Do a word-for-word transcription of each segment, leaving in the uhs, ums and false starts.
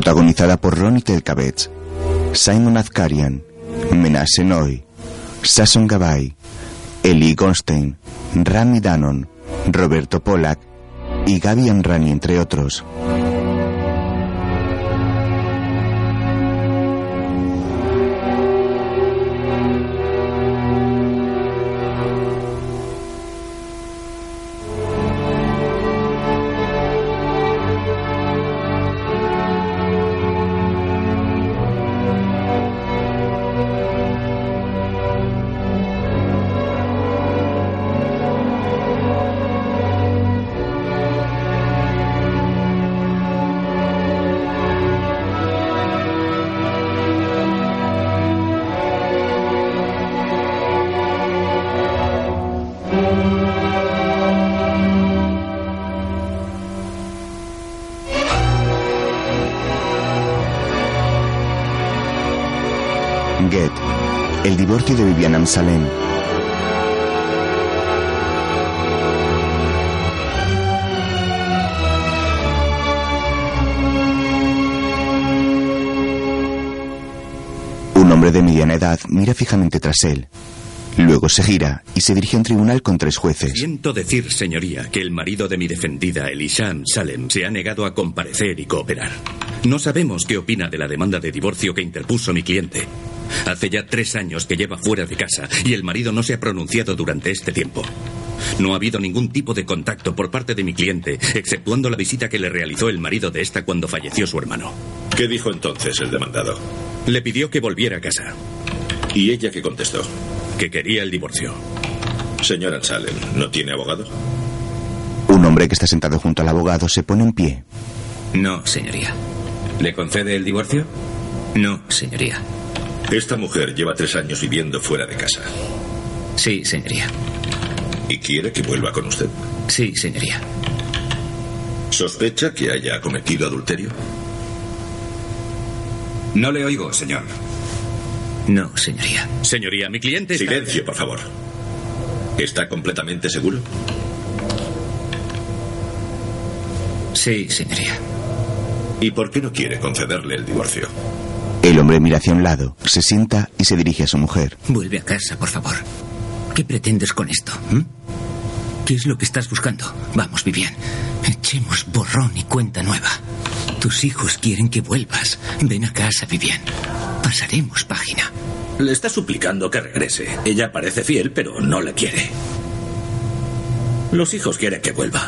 Protagonizada por Ronnie Telkavets, Simon Azkarian, Menashe Noy, Sasson Gabay, Eli Goldstein, Rami Danon, Roberto Pollack y Gaby Amrani, entre otros. Get, el divorcio de Vivian Amsalen. Un hombre de mediana edad mira fijamente tras él. Luego se gira y se dirige a un tribunal con tres jueces. Siento decir, señoría, que el marido de mi defendida, Elisha Amsalem, se ha negado a comparecer y cooperar. No sabemos qué opina de la demanda de divorcio que interpuso mi cliente. Hace ya tres años que lleva fuera de casa y el marido no se ha pronunciado durante este tiempo. No ha habido ningún tipo de contacto por parte de mi cliente, exceptuando la visita que le realizó el marido de esta cuando falleció su hermano. ¿Qué dijo entonces el demandado? Le pidió que volviera a casa. ¿Y ella qué contestó? Que quería el divorcio. Señor Amsalem, ¿no tiene abogado? Un hombre que está sentado junto al abogado se pone en pie. No, señoría. ¿Le concede el divorcio? No, señoría. Esta mujer lleva tres años viviendo fuera de casa. Sí, señoría. ¿Y quiere que vuelva con usted? Sí, señoría. ¿Sospecha que haya cometido adulterio? No le oigo, señor. No, señoría. Señoría, mi cliente está... Silencio, por favor. ¿Está completamente seguro? Sí, señoría. ¿Y por qué no quiere concederle el divorcio? El hombre mira hacia un lado, se sienta y se dirige a su mujer. Vuelve a casa, por favor. ¿Qué pretendes con esto? ¿Mm? ¿Qué es lo que estás buscando? Vamos, Vivian. Echemos borrón y cuenta nueva. Tus hijos quieren que vuelvas. Ven a casa, Vivian. Pasaremos página. Le está suplicando que regrese. Ella parece fiel, pero no le quiere. Los hijos quieren que vuelva.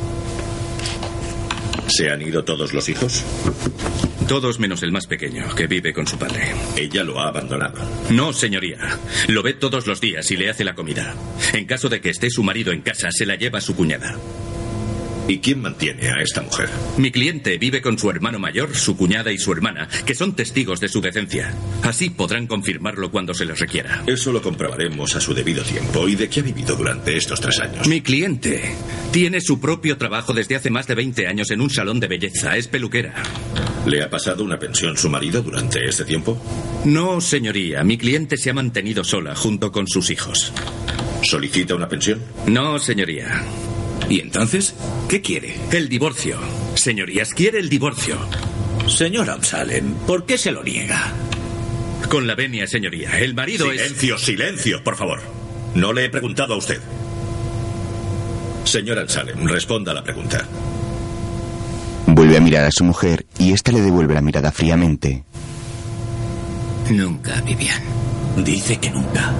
¿Se han ido todos los hijos? Todos menos el más pequeño, que vive con su padre. Ella lo ha abandonado. No, señoría. Lo ve todos los días y le hace la comida. En caso de que esté su marido en casa, se la lleva su cuñada. ¿Y quién mantiene a esta mujer? Mi cliente vive con su hermano mayor, su cuñada y su hermana, que son testigos de su decencia. Así podrán confirmarlo cuando se les requiera. Eso lo comprobaremos a su debido tiempo. ¿Y de qué ha vivido durante estos tres años? Mi cliente tiene su propio trabajo desde hace más de veinte años en un salón de belleza. Es peluquera. ¿Le ha pasado una pensión su marido durante este tiempo? No, señoría. Mi cliente se ha mantenido sola junto con sus hijos. ¿Solicita una pensión? No, señoría. ¿Y entonces? ¿Qué quiere? El divorcio. Señorías, quiere el divorcio. Señor Amsalem, ¿por qué se lo niega? Con la venia, señoría. El marido silencio, es... Silencio, silencio, por favor. No le he preguntado a usted. Señor Amsalem, responda a la pregunta. Vuelve a mirar a su mujer y ésta le devuelve la mirada fríamente. Nunca, Vivian. Dice que nunca.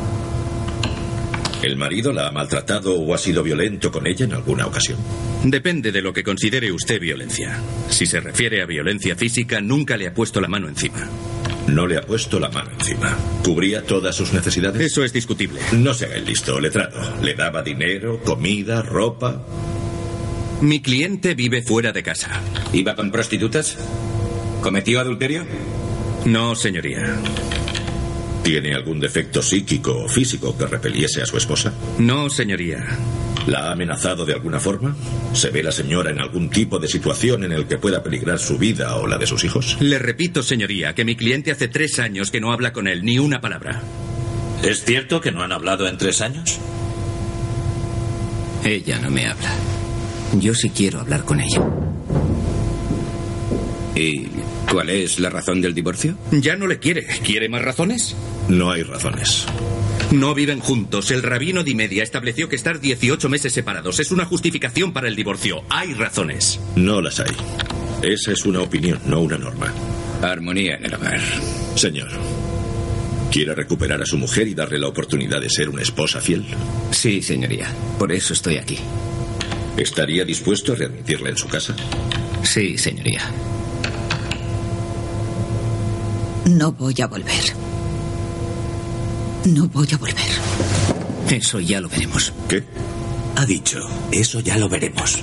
¿El marido la ha maltratado o ha sido violento con ella en alguna ocasión? Depende de lo que considere usted violencia. Si se refiere a violencia física, nunca le ha puesto la mano encima. No le ha puesto la mano encima. ¿Cubría todas sus necesidades? Eso es discutible. No se haga el listo, letrado. ¿Le daba dinero, comida, ropa? Mi cliente vive fuera de casa. ¿Iba con prostitutas? ¿Cometió adulterio? No, señoría. ¿Tiene algún defecto psíquico o físico que repeliese a su esposa? No, señoría. ¿La ha amenazado de alguna forma? ¿Se ve la señora en algún tipo de situación en el que pueda peligrar su vida o la de sus hijos? Le repito, señoría, que mi cliente hace tres años que no habla con él, ni una palabra. ¿Es cierto que no han hablado en tres años? Ella no me habla. Yo sí quiero hablar con ella. ¿Y cuál es la razón del divorcio? Ya no le quiere. ¿Quiere más razones? No hay razones. No viven juntos. El rabino Di Media estableció que estar dieciocho meses separados es una justificación para el divorcio. Hay razones. No las hay. Esa es una opinión, no una norma. Armonía en el hogar. Señor, ¿quiere recuperar a su mujer y darle la oportunidad de ser una esposa fiel? Sí, señoría. Por eso estoy aquí. ¿Estaría dispuesto a readmitirla en su casa? Sí, señoría. No voy a volver. No voy a volver. Eso ya lo veremos. ¿Qué? Ha dicho, eso ya lo veremos.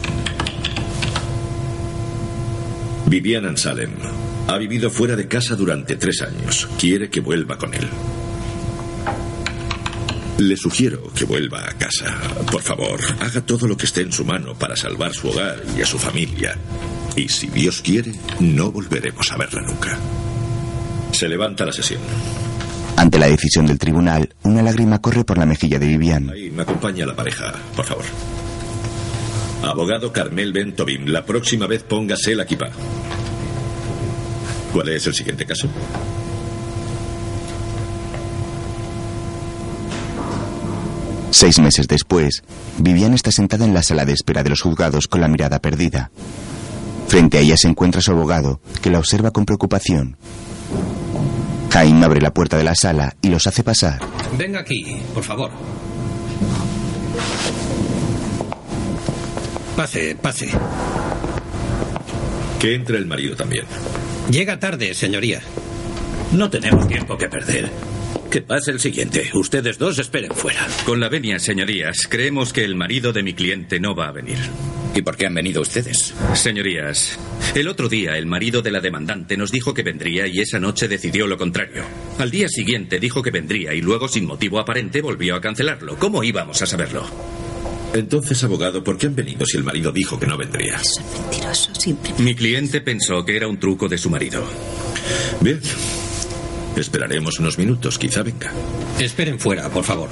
Vivian Ansalem ha vivido fuera de casa durante tres años. Quiere que vuelva con él. Le sugiero que vuelva a casa. Por favor, haga todo lo que esté en su mano para salvar su hogar y a su familia. Y si Dios quiere, no volveremos a verla nunca. Se levanta la sesión. Ante la decisión del tribunal, una lágrima corre por la mejilla de Vivian. Ahí me acompaña la pareja, por favor. Abogado Carmel Ben Tobim, la próxima vez póngase la kippah. ¿Cuál es el siguiente caso? Seis meses después, Vivian está sentada en la sala de espera de los juzgados con la mirada perdida. Frente a ella se encuentra su abogado, que la observa con preocupación. Jaime abre la puerta de la sala y los hace pasar. Venga aquí, por favor. Pase, pase. Que entre el marido también. Llega tarde, señoría. No tenemos tiempo que perder. Que pase el siguiente. Ustedes dos esperen fuera. Con la venia, señorías, creemos que el marido de mi cliente no va a venir. ¿Y por qué han venido ustedes? Señorías, el otro día el marido de la demandante nos dijo que vendría y esa noche decidió lo contrario. Al día siguiente dijo que vendría y luego, sin motivo aparente, volvió a cancelarlo. ¿Cómo íbamos a saberlo? Entonces, abogado, ¿por qué han venido si el marido dijo que no vendría? Son mentirosos, siempre. Mi cliente pensó que era un truco de su marido. Bien. Esperaremos unos minutos, quizá venga. Esperen fuera, por favor.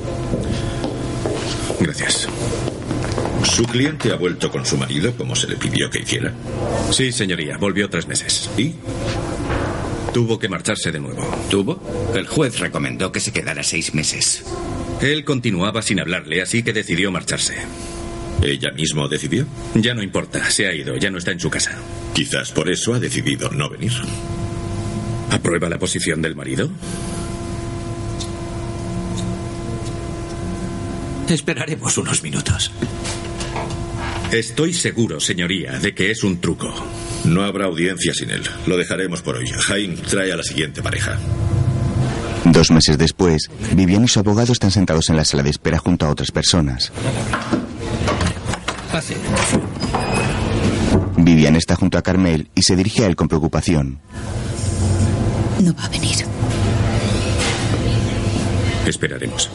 Gracias. ¿Su cliente ha vuelto con su marido como se le pidió que hiciera? Sí, señoría, volvió tres meses. ¿Y? Tuvo que marcharse de nuevo. ¿Tuvo? El juez recomendó que se quedara seis meses. Él continuaba sin hablarle, así que decidió marcharse. ¿Ella misma decidió? Ya no importa, se ha ido, ya no está en su casa. Quizás por eso ha decidido no venir. ¿Aprueba la posición del marido? Esperaremos unos minutos. Estoy seguro, señoría, de que es un truco. No habrá audiencia sin él. Lo dejaremos por hoy. Jaime, trae a la siguiente pareja. Dos meses después, Vivian y su abogado están sentados en la sala de espera junto a otras personas. Pase. Vivian está junto a Carmel y se dirige a él con preocupación. No va a venir. Esperaremos.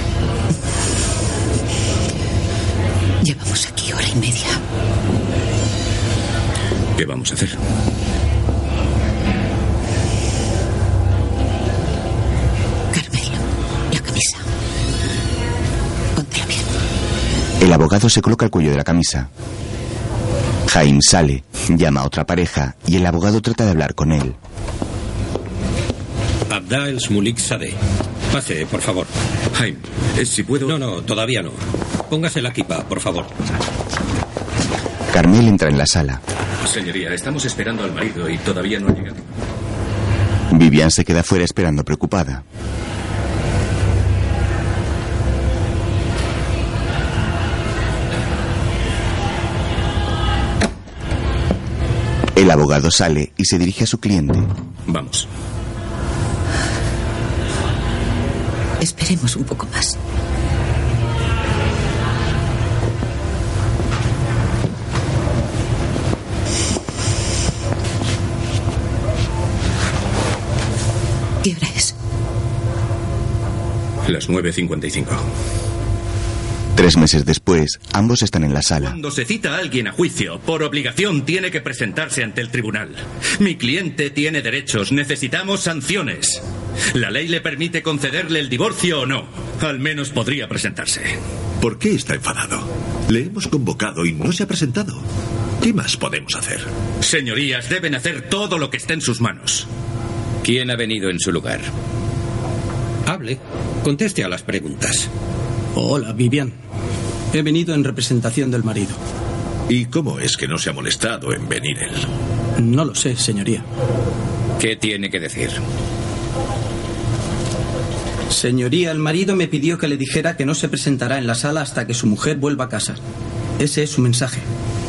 Llevamos aquí hora y media. ¿Qué vamos a hacer? Carmel, la camisa. Póntela bien. El abogado se coloca el cuello de la camisa. Jaime sale, llama a otra pareja y el abogado trata de hablar con él. Abda el Smulik Sadeh. Pase, por favor. Jaime, si puedo... No, no, todavía no. Póngase la kippah, por favor. Carmel entra en la sala. Señoría, estamos esperando al marido y todavía no ha llegado. Vivian se queda fuera esperando preocupada. El abogado sale y se dirige a su cliente. Vamos. Esperemos un poco más. ¿Qué hora es? Las nueve cincuenta y cinco. Tres meses después, ambos están en la sala. Cuando se cita a alguien a juicio, por obligación tiene que presentarse ante el tribunal. Mi cliente tiene derechos, necesitamos sanciones. La ley le permite concederle el divorcio o no. Al menos podría presentarse. ¿Por qué está enfadado? Le hemos convocado y no se ha presentado. ¿Qué más podemos hacer? Señorías, deben hacer todo lo que esté en sus manos. ¿Quién ha venido en su lugar? Hable. Conteste a las preguntas. Hola, Vivian. He venido en representación del marido. ¿Y cómo es que no se ha molestado en venir él? No lo sé, señoría. ¿Qué tiene que decir? Señoría, el marido me pidió que le dijera que no se presentará en la sala hasta que su mujer vuelva a casa. Ese es su mensaje.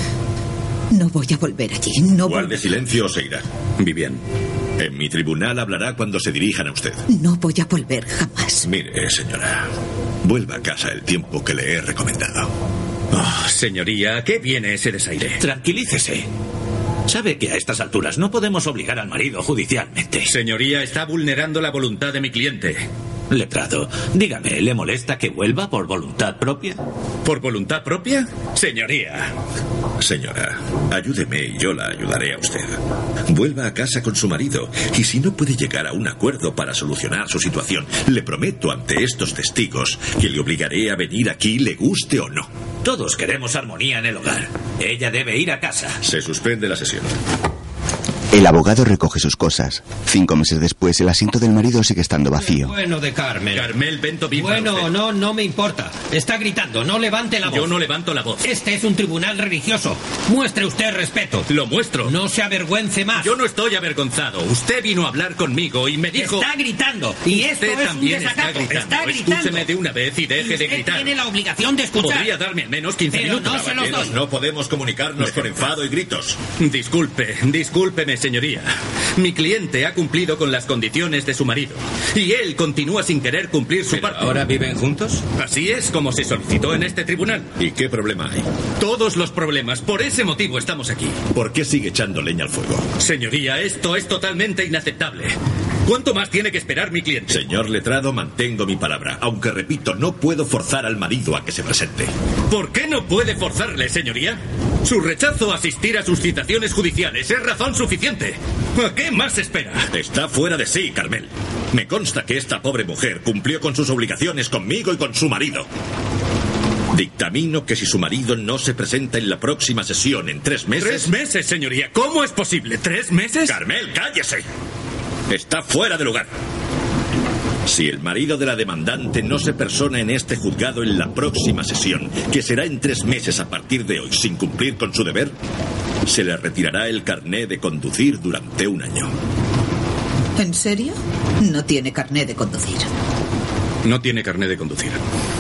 No voy a volver allí, no Guarde silencio o se irá. Vivian. En mi tribunal hablará cuando se dirijan a usted. No voy a volver jamás. Mire, señora, vuelva a casa el tiempo que le he recomendado. Oh, señoría, ¿a qué viene ese desaire? Tranquilícese. Sabe que a estas alturas no podemos obligar al marido judicialmente. Señoría, está vulnerando la voluntad de mi cliente. Letrado, dígame, ¿le molesta que vuelva por voluntad propia? ¿Por voluntad propia? Señoría. Señora, ayúdeme y yo la ayudaré a usted. Vuelva a casa con su marido y si no puede llegar a un acuerdo para solucionar su situación, le prometo ante estos testigos que le obligaré a venir aquí, le guste o no. Todos queremos armonía en el hogar. Ella debe ir a casa. Se suspende la sesión. El abogado recoge sus cosas. Cinco meses después, el asiento del marido sigue estando vacío. Bueno de Carmel. Carmel, vento bien. Bueno, no, no me importa. Está gritando, no levante la voz. Yo no levanto la voz. Este es un tribunal religioso. Muestre usted respeto. Lo muestro. No se avergüence más. Yo no estoy avergonzado. Usted vino a hablar conmigo y me dijo... Está gritando. Y esto Usted es también un desacato. está gritando. Está gritando. Escúcheme de una vez y deje Y de usted gritar. tiene la obligación de escuchar. Podría darme al menos quince Pero minutos. no se los doy. No podemos comunicarnos con enfado y gritos. Disculpe, discúlpeme, señoría. Mi cliente ha cumplido con las condiciones de su marido. Y él continúa sin querer cumplir su ¿Pero parte. ahora viven juntos? Así es como se solicitó en este tribunal. ¿Y qué problema hay? Todos los problemas. Por ese motivo estamos aquí. ¿Por qué sigue echando leña al fuego? Señoría, esto es totalmente inaceptable. ¿Cuánto más tiene que esperar mi cliente? Señor letrado, mantengo mi palabra. Aunque repito, no puedo forzar al marido a que se presente. ¿Por qué no puede forzarle, señoría? Su rechazo a asistir a sus citaciones judiciales es razón suficiente. ¿A qué más espera? Está fuera de sí, Carmel. Me consta que esta pobre mujer cumplió con sus obligaciones conmigo y con su marido. Dictamino que si su marido no se presenta en la próxima sesión en tres meses... ¿Tres meses, señoría? ¿Cómo es posible? ¿Tres meses? Carmel, cállese. Está fuera de lugar. Si el marido de la demandante no se persona en este juzgado en la próxima sesión, que será en tres meses a partir de hoy, sin cumplir con su deber, se le retirará el carné de conducir durante un año. ¿En serio? No tiene carné de conducir. No tiene carné de conducir.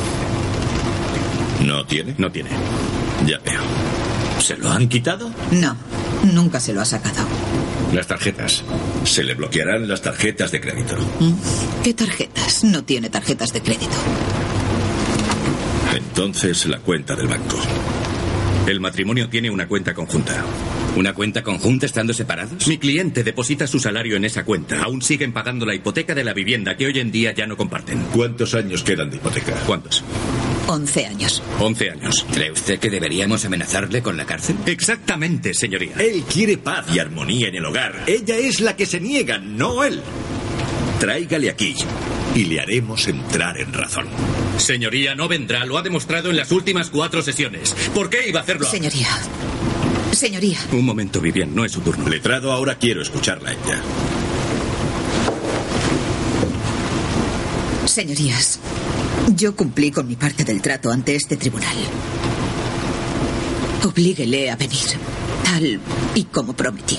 ¿No tiene? No tiene. Ya veo. ¿Se lo han quitado? No, nunca se lo ha sacado. Las tarjetas. Se le bloquearán las tarjetas de crédito. ¿Qué tarjetas? No tiene tarjetas de crédito. Entonces la cuenta del banco. El matrimonio tiene una cuenta conjunta. ¿Una cuenta conjunta estando separados? Mi cliente deposita su salario en esa cuenta. Aún siguen pagando la hipoteca de la vivienda que hoy en día ya no comparten. ¿Cuántos años quedan de hipoteca? ¿Cuántos? Once años. Once años. ¿Cree usted que deberíamos amenazarle con la cárcel? Exactamente, señoría. Él quiere paz y armonía en el hogar. Ella es la que se niega, no él. Tráigale aquí y le haremos entrar en razón. Señoría, no vendrá. Lo ha demostrado en las últimas cuatro sesiones. ¿Por qué iba a hacerlo ahora? Señoría. Señoría. Un momento, Vivian. No es su turno. Letrado, ahora quiero escucharla a ella. Señorías, yo cumplí con mi parte del trato ante este tribunal. Oblíguele a venir, tal y como prometió.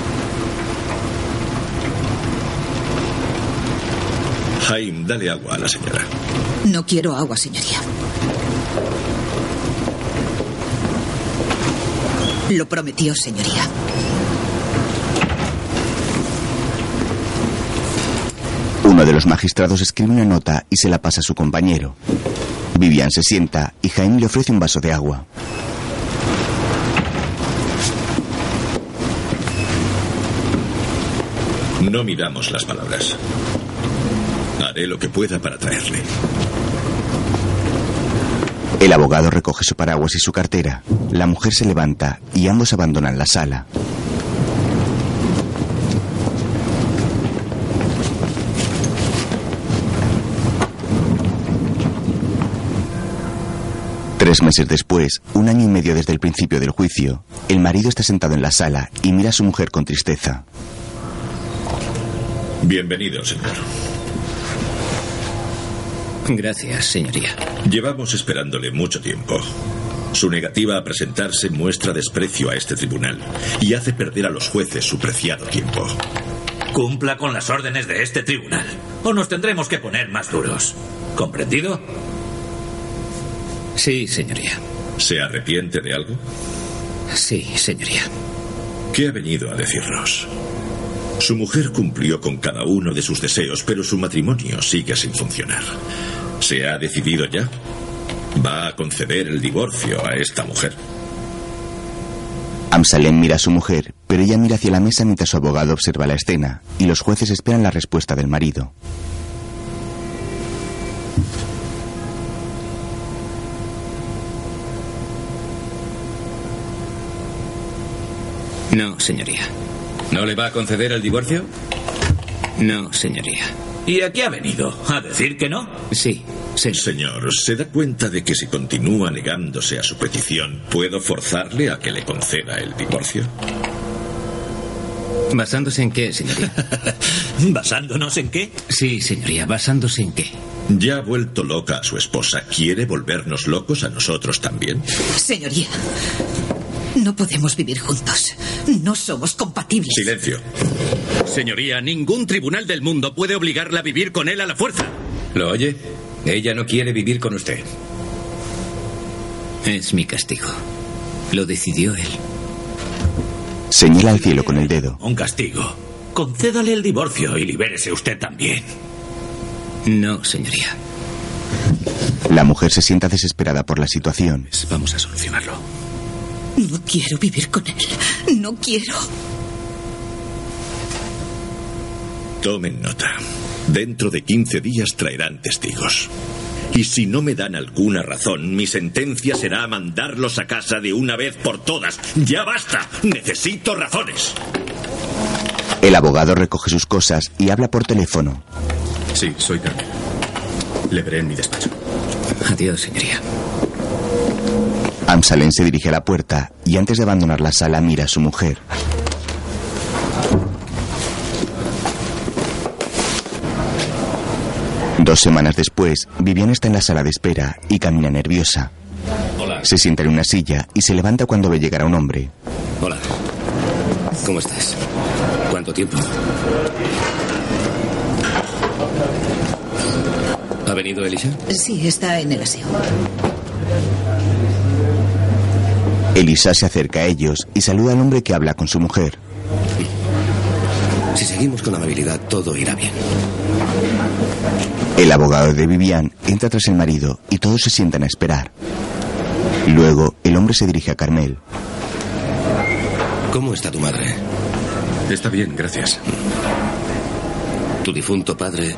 Jaime, dale agua a la señora. No quiero agua, señoría. Lo prometió, señoría. Uno de los magistrados escribe una nota y se la pasa a su compañero. Vivian se sienta y Jaime le ofrece un vaso de agua. No midamos las palabras. Haré lo que pueda para traerle. El abogado recoge su paraguas y su cartera. La mujer se levanta y ambos abandonan la sala. Tres meses después, un año y medio desde el principio del juicio, el marido está sentado en la sala y mira a su mujer con tristeza. Bienvenido, señor. Gracias, señoría. Llevamos esperándole mucho tiempo. Su negativa a presentarse muestra desprecio a este tribunal y hace perder a los jueces su preciado tiempo. Cumpla con las órdenes de este tribunal, o nos tendremos que poner más duros. ¿Comprendido? Sí, señoría. ¿Se arrepiente de algo? Sí, señoría. ¿Qué ha venido a decirnos? Su mujer cumplió con cada uno de sus deseos, pero su matrimonio sigue sin funcionar. ¿Se ha decidido ya? ¿Va a conceder el divorcio a esta mujer? Amsalem mira a su mujer, pero ella mira hacia la mesa mientras su abogado observa la escena, y los jueces esperan la respuesta del marido. No, señoría. ¿No le va a conceder el divorcio? No, señoría. ¿Y a qué ha venido? ¿A decir que no? Sí, sí. Señor, ¿se da cuenta de que si continúa negándose a su petición, puedo forzarle a que le conceda el divorcio? ¿Basándose en qué, señoría? ¿Basándonos en qué? Sí, señoría, ¿basándose en qué? Ya ha vuelto loca a su esposa. ¿Quiere volvernos locos a nosotros también? Señoría, no podemos vivir juntos. No somos compatibles. Silencio. Señoría, ningún tribunal del mundo puede obligarla a vivir con él a la fuerza. ¿Lo oye? Ella no quiere vivir con usted. Es mi castigo. Lo decidió él. Señala al cielo con el dedo. Un castigo. Concédale el divorcio y libérese usted también. No, señoría. La mujer se sienta desesperada por la situación. Vamos a solucionarlo. No quiero vivir con él. No quiero. Tomen nota. Dentro de quince días traerán testigos. Y si no me dan alguna razón, mi sentencia será mandarlos a casa de una vez por todas. ¡Ya basta! ¡Necesito razones! El abogado recoge sus cosas y habla por teléfono. Sí, soy Carmel. Le veré en mi despacho. Adiós, señoría. Amsalem se dirige a la puerta y antes de abandonar la sala mira a su mujer. Dos semanas después, Vivian está en la sala de espera y camina nerviosa. Hola. Se sienta en una silla y se levanta cuando ve llegar a un hombre. Hola. ¿Cómo estás? ¿Cuánto tiempo? ¿Ha venido Elisha? Sí, está en el aseo. Elisa se acerca a ellos y saluda al hombre que habla con su mujer. Si seguimos con amabilidad, todo irá bien. El abogado de Vivian entra tras el marido y todos se sientan a esperar. Luego, el hombre se dirige a Carmel. ¿Cómo está tu madre? Está bien, gracias. Tu difunto padre...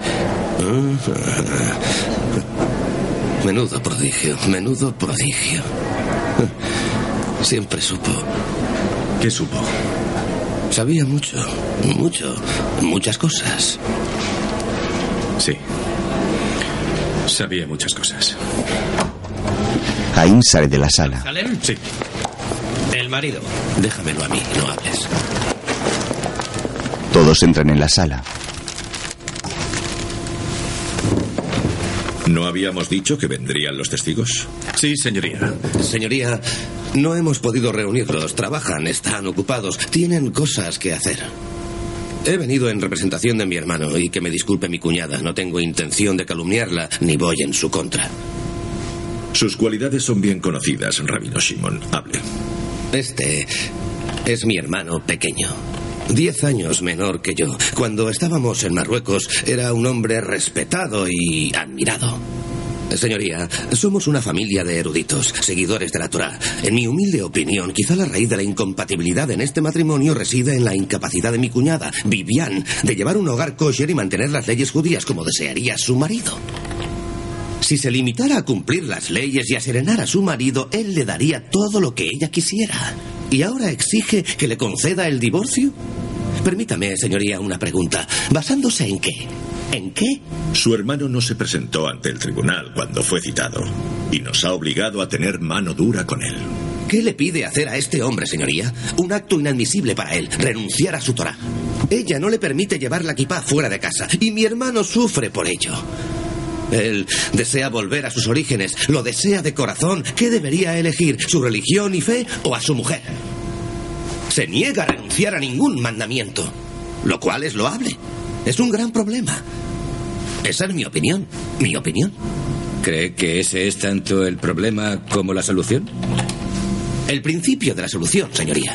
Menudo prodigio, menudo prodigio. Siempre supo. ¿Qué supo? Sabía mucho, mucho, muchas cosas. Sí. Sabía muchas cosas. Jaime sale de la sala. ¿Salem? Sí. El marido. Déjamelo a mí, no hables. Todos entran en la sala. ¿No habíamos dicho que vendrían los testigos? Sí, señoría. Señoría, no hemos podido reunirlos. Trabajan, están ocupados, tienen cosas que hacer. He venido en representación de mi hermano y que me disculpe mi cuñada. No tengo intención de calumniarla ni voy en su contra. Sus cualidades son bien conocidas, Rabino Shimon. Hable. Este es mi hermano pequeño. Diez años menor que yo. Cuando estábamos en Marruecos era un hombre respetado y admirado. Señoría, somos una familia de eruditos, seguidores de la Torá. En mi humilde opinión, quizá la raíz de la incompatibilidad en este matrimonio reside en la incapacidad de mi cuñada, Vivian, de llevar un hogar kosher y mantener las leyes judías como desearía su marido. Si se limitara a cumplir las leyes y a serenar a su marido, él le daría todo lo que ella quisiera. ¿Y ahora exige que le conceda el divorcio? Permítame, señoría, una pregunta. ¿Basándose en qué? ¿En qué? Su hermano no se presentó ante el tribunal cuando fue citado y nos ha obligado a tener mano dura con él. ¿Qué le pide hacer a este hombre, señoría? Un acto inadmisible para él, renunciar a su Torá. Ella no le permite llevar la kipá fuera de casa y mi hermano sufre por ello. Él desea volver a sus orígenes, lo desea de corazón. ¿Qué debería elegir, su religión y fe o a su mujer? Se niega a renunciar a ningún mandamiento, lo cual es loable. Es un gran problema. Esa es mi opinión. Mi opinión. ¿Cree que ese es tanto el problema como la solución? El principio de la solución, señoría.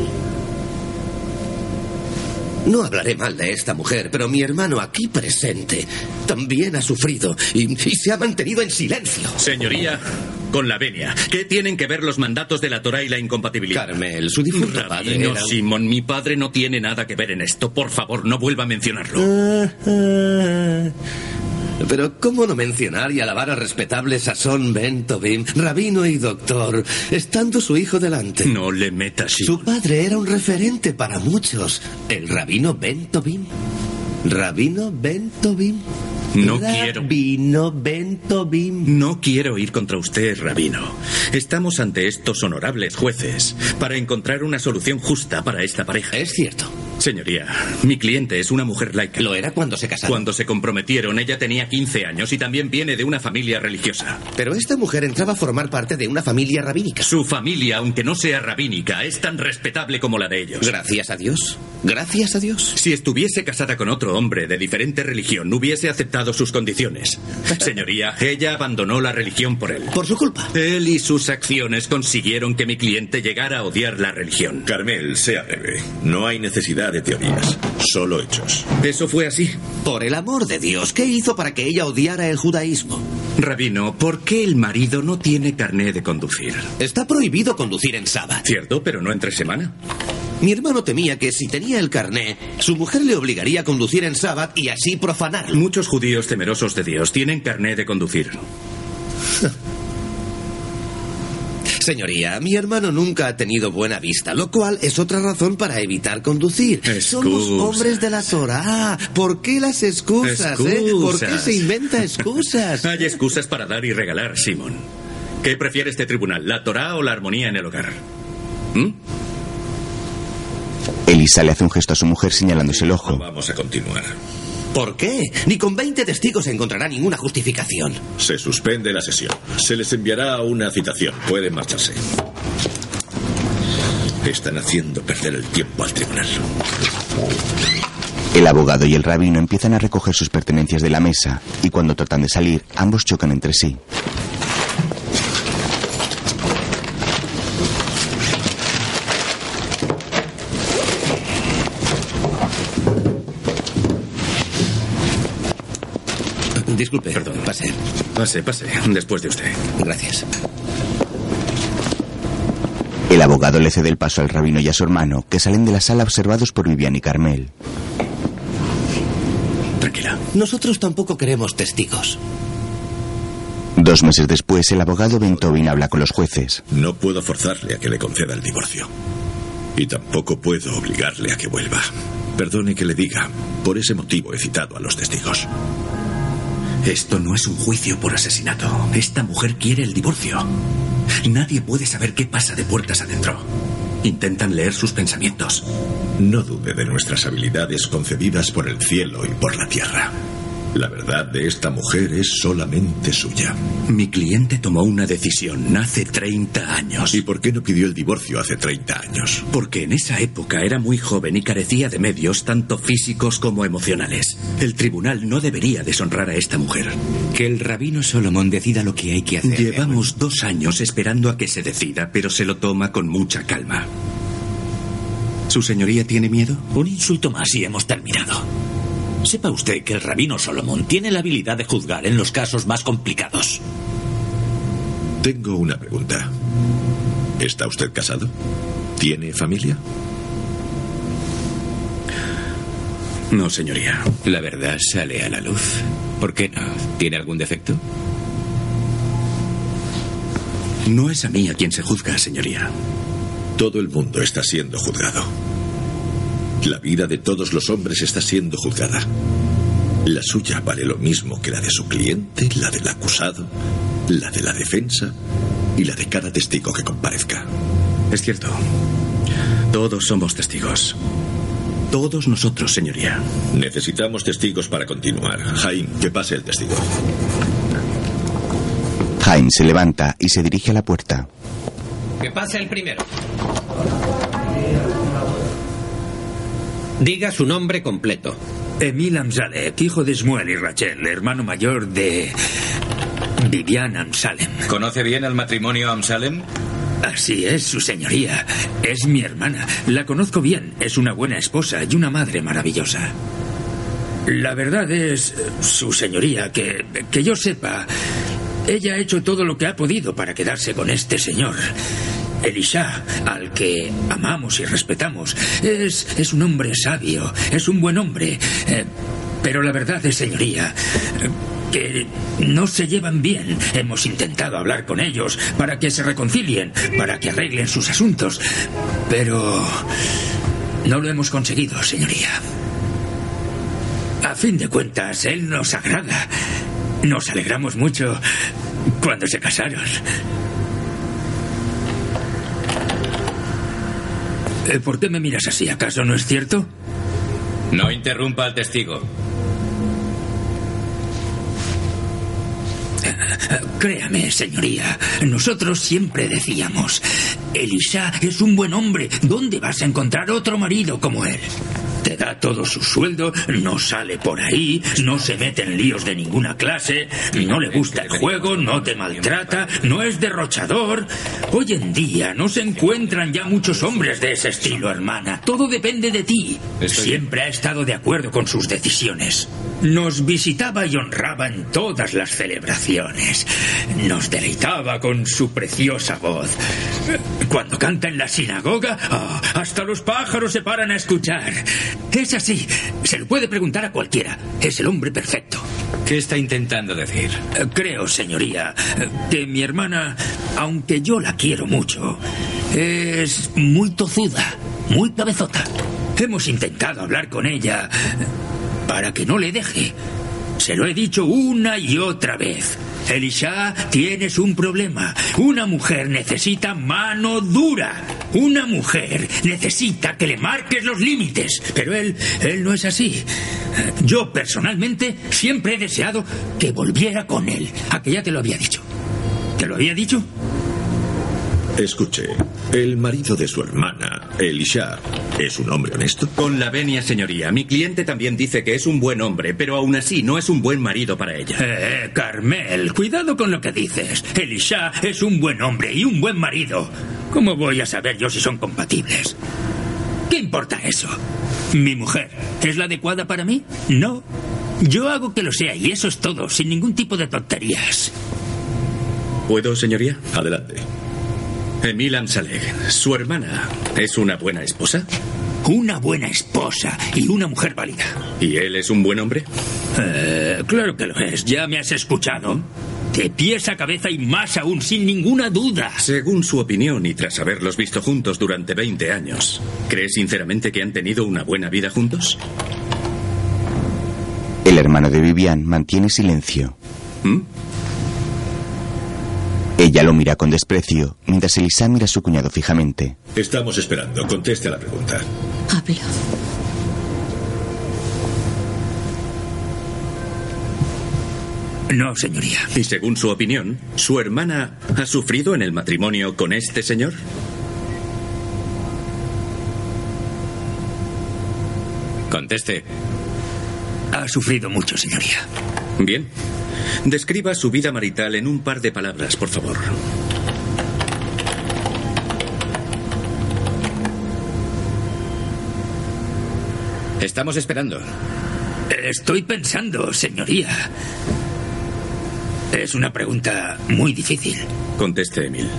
No hablaré mal de esta mujer, pero mi hermano aquí presente también ha sufrido y, y se ha mantenido en silencio. Señoría, con la venia, ¿qué tienen que ver los mandatos de la Torá y la incompatibilidad? Carmel, su difunto padre Rabino era... Simón, mi padre no tiene nada que ver en esto. Por favor, no vuelva a mencionarlo. Ah, ah. Pero ¿cómo no mencionar y alabar al respetable Sasón Ben Tobim, rabino y doctor, estando su hijo delante? No le metas. Su padre era un referente para muchos. El rabino Ben Tobim. Rabino Ben Tobim. No quiero. Rabino Ben Tobim. No quiero ir contra usted, rabino. Estamos ante estos honorables jueces para encontrar una solución justa para esta pareja. Es cierto. Señoría, mi cliente es una mujer laica. Lo era cuando se casaron. Cuando se comprometieron, ella tenía quince años y también viene de una familia religiosa. Pero esta mujer entraba a formar parte de una familia rabínica. Su familia, aunque no sea rabínica, es tan respetable como la de ellos. Gracias a Dios. Gracias a Dios. Si estuviese casada con otro hombre de diferente religión, hubiese aceptado sus condiciones. Señoría, ella abandonó la religión por él. Por su culpa. Él y sus acciones consiguieron que mi cliente llegara a odiar la religión. Carmel, sea breve. No hay necesidad de teorías, solo hechos. ¿Eso fue así? Por el amor de Dios, ¿qué hizo para que ella odiara el judaísmo? Rabino, ¿por qué el marido no tiene carné de conducir? Está prohibido conducir en sábado. Cierto, pero no entre semana. Mi hermano temía que si tenía el carné, su mujer le obligaría a conducir en sábado y así profanarlo. Muchos judíos temerosos de Dios tienen carné de conducir. Señoría, mi hermano nunca ha tenido buena vista, lo cual es otra razón para evitar conducir. Excusas. Somos hombres de la Torá. ¿Por qué las excusas, excusas. eh? ¿Por qué se inventa excusas? Hay excusas para dar y regalar, Simón. ¿Qué prefiere este tribunal, la Torá o la armonía en el hogar? ¿Mm? Elisa le hace un gesto a su mujer señalándose el ojo. No vamos a continuar. ¿Por qué? Ni con veinte testigos se encontrará ninguna justificación. Se suspende la sesión. Se les enviará una citación. Pueden marcharse. Están haciendo perder el tiempo al tribunal. El abogado y el rabino empiezan a recoger sus pertenencias de la mesa y cuando tratan de salir, ambos chocan entre sí. Disculpe, Perdón. Pase. Pase, pase. Después de usted. Gracias. El abogado le cede el paso al rabino y a su hermano, que salen de la sala observados por Vivian y Carmel. Tranquila. Nosotros tampoco queremos testigos. Dos meses después, el abogado Ben Tobin habla con los jueces. No puedo forzarle a que le conceda el divorcio. Y tampoco puedo obligarle a que vuelva. Perdone que le diga. Por ese motivo he citado a los testigos. Esto no es un juicio por asesinato. Esta mujer quiere el divorcio. Nadie puede saber qué pasa de puertas adentro. Intentan leer sus pensamientos. No dude de nuestras habilidades concedidas por el cielo y por la tierra. La verdad de esta mujer es solamente suya. Mi cliente tomó una decisión hace treinta años. ¿Y por qué no pidió el divorcio hace treinta años? Porque en esa época era muy joven y carecía de medios tanto físicos como emocionales. El tribunal no debería deshonrar a esta mujer. Que el rabino Solomón decida lo que hay que hacer. Llevamos dos años esperando a que se decida, pero se lo toma con mucha calma. ¿Su señoría tiene miedo? Un insulto más y hemos terminado. Sepa usted que el rabino Solomón tiene la habilidad de juzgar en los casos más complicados. Tengo una pregunta. ¿Está usted casado? ¿Tiene familia? No, señoría. La verdad sale a la luz. ¿Por qué no? ¿Tiene algún defecto? No es a mí a quien se juzga, señoría. Todo el mundo está siendo juzgado. La vida de todos los hombres está siendo juzgada. La suya vale lo mismo que la de su cliente, la del acusado, la de la defensa y la de cada testigo que comparezca. Es cierto. Todos somos testigos. Todos nosotros, señoría. Necesitamos testigos para continuar. Jaime, que pase el testigo. Jaime se levanta y se dirige a la puerta. Que pase el primero. Diga su nombre completo. Emil Amsalek, hijo de Shmuel y Rachel, hermano mayor de Vivian Amsalem. ¿Conoce bien el matrimonio Amsalem? Así es, su señoría. Es mi hermana. La conozco bien. Es una buena esposa y una madre maravillosa. La verdad es, su señoría, que, que yo sepa, ella ha hecho todo lo que ha podido para quedarse con este señor. Elisha, al que amamos y respetamos, es, es un hombre sabio, es un buen hombre. Eh, pero la verdad es, señoría, que no se llevan bien. Hemos intentado hablar con ellos para que se reconcilien, para que arreglen sus asuntos, pero no lo hemos conseguido, señoría. A fin de cuentas, él nos agrada. Nos alegramos mucho cuando se casaron. ¿Por qué me miras así? ¿Acaso no es cierto? No interrumpa al testigo. Créame, señoría, nosotros siempre decíamos, Elisha es un buen hombre. ¿Dónde vas a encontrar otro marido como él? Te da todo su sueldo, no sale por ahí, no se mete en líos de ninguna clase, no le gusta el juego, no te maltrata, no es derrochador. Hoy en día no se encuentran ya muchos hombres de ese estilo, hermana. Todo depende de ti. Siempre ha estado de acuerdo con sus decisiones. Nos visitaba y honraba en todas las celebraciones. Nos deleitaba con su preciosa voz. Cuando canta en la sinagoga, oh, hasta los pájaros se paran a escuchar. Es así. Se lo puede preguntar a cualquiera. Es el hombre perfecto. ¿Qué está intentando decir? Creo, señoría, que mi hermana, aunque yo la quiero mucho, es muy tozuda, muy cabezota. Hemos intentado hablar con ella para que no le deje. Se lo he dicho una y otra vez. Elisha, tienes un problema. Una mujer necesita mano dura. Una mujer necesita que le marques los límites. Pero él, él no es así. Yo, personalmente, siempre he deseado que volviera con él. ¿A que ya te lo había dicho? ¿Te lo había dicho? Escuche, el marido de su hermana, Elisha, ¿es un hombre honesto? Con la venia, señoría. Mi cliente también dice que es un buen hombre, pero aún así no es un buen marido para ella. Eh, Carmel, cuidado con lo que dices. Elisha es un buen hombre y un buen marido. ¿Cómo voy a saber yo si son compatibles? ¿Qué importa eso? ¿Mi mujer es la adecuada para mí? No. Yo hago que lo sea y eso es todo, sin ningún tipo de tonterías. ¿Puedo, señoría? Adelante. Emil Amsalek, ¿su hermana es una buena esposa? Una buena esposa y una mujer válida. ¿Y él es un buen hombre? Eh, claro que lo es. ¿Ya me has escuchado? De pies a cabeza y más aún, sin ninguna duda. Según su opinión y tras haberlos visto juntos durante veinte años, ¿cree sinceramente que han tenido una buena vida juntos? El hermano de Vivian mantiene silencio. ¿Mm? Ella lo mira con desprecio, mientras Elisha mira a su cuñado fijamente. Estamos esperando. Conteste a la pregunta. Hablo. No, señoría. Y según su opinión, ¿su hermana ha sufrido en el matrimonio con este señor? Conteste. Ha sufrido mucho, señoría. Bien. Describa su vida marital en un par de palabras, por favor. Estamos esperando. Estoy pensando, señoría. Es una pregunta muy difícil. Conteste, Emil.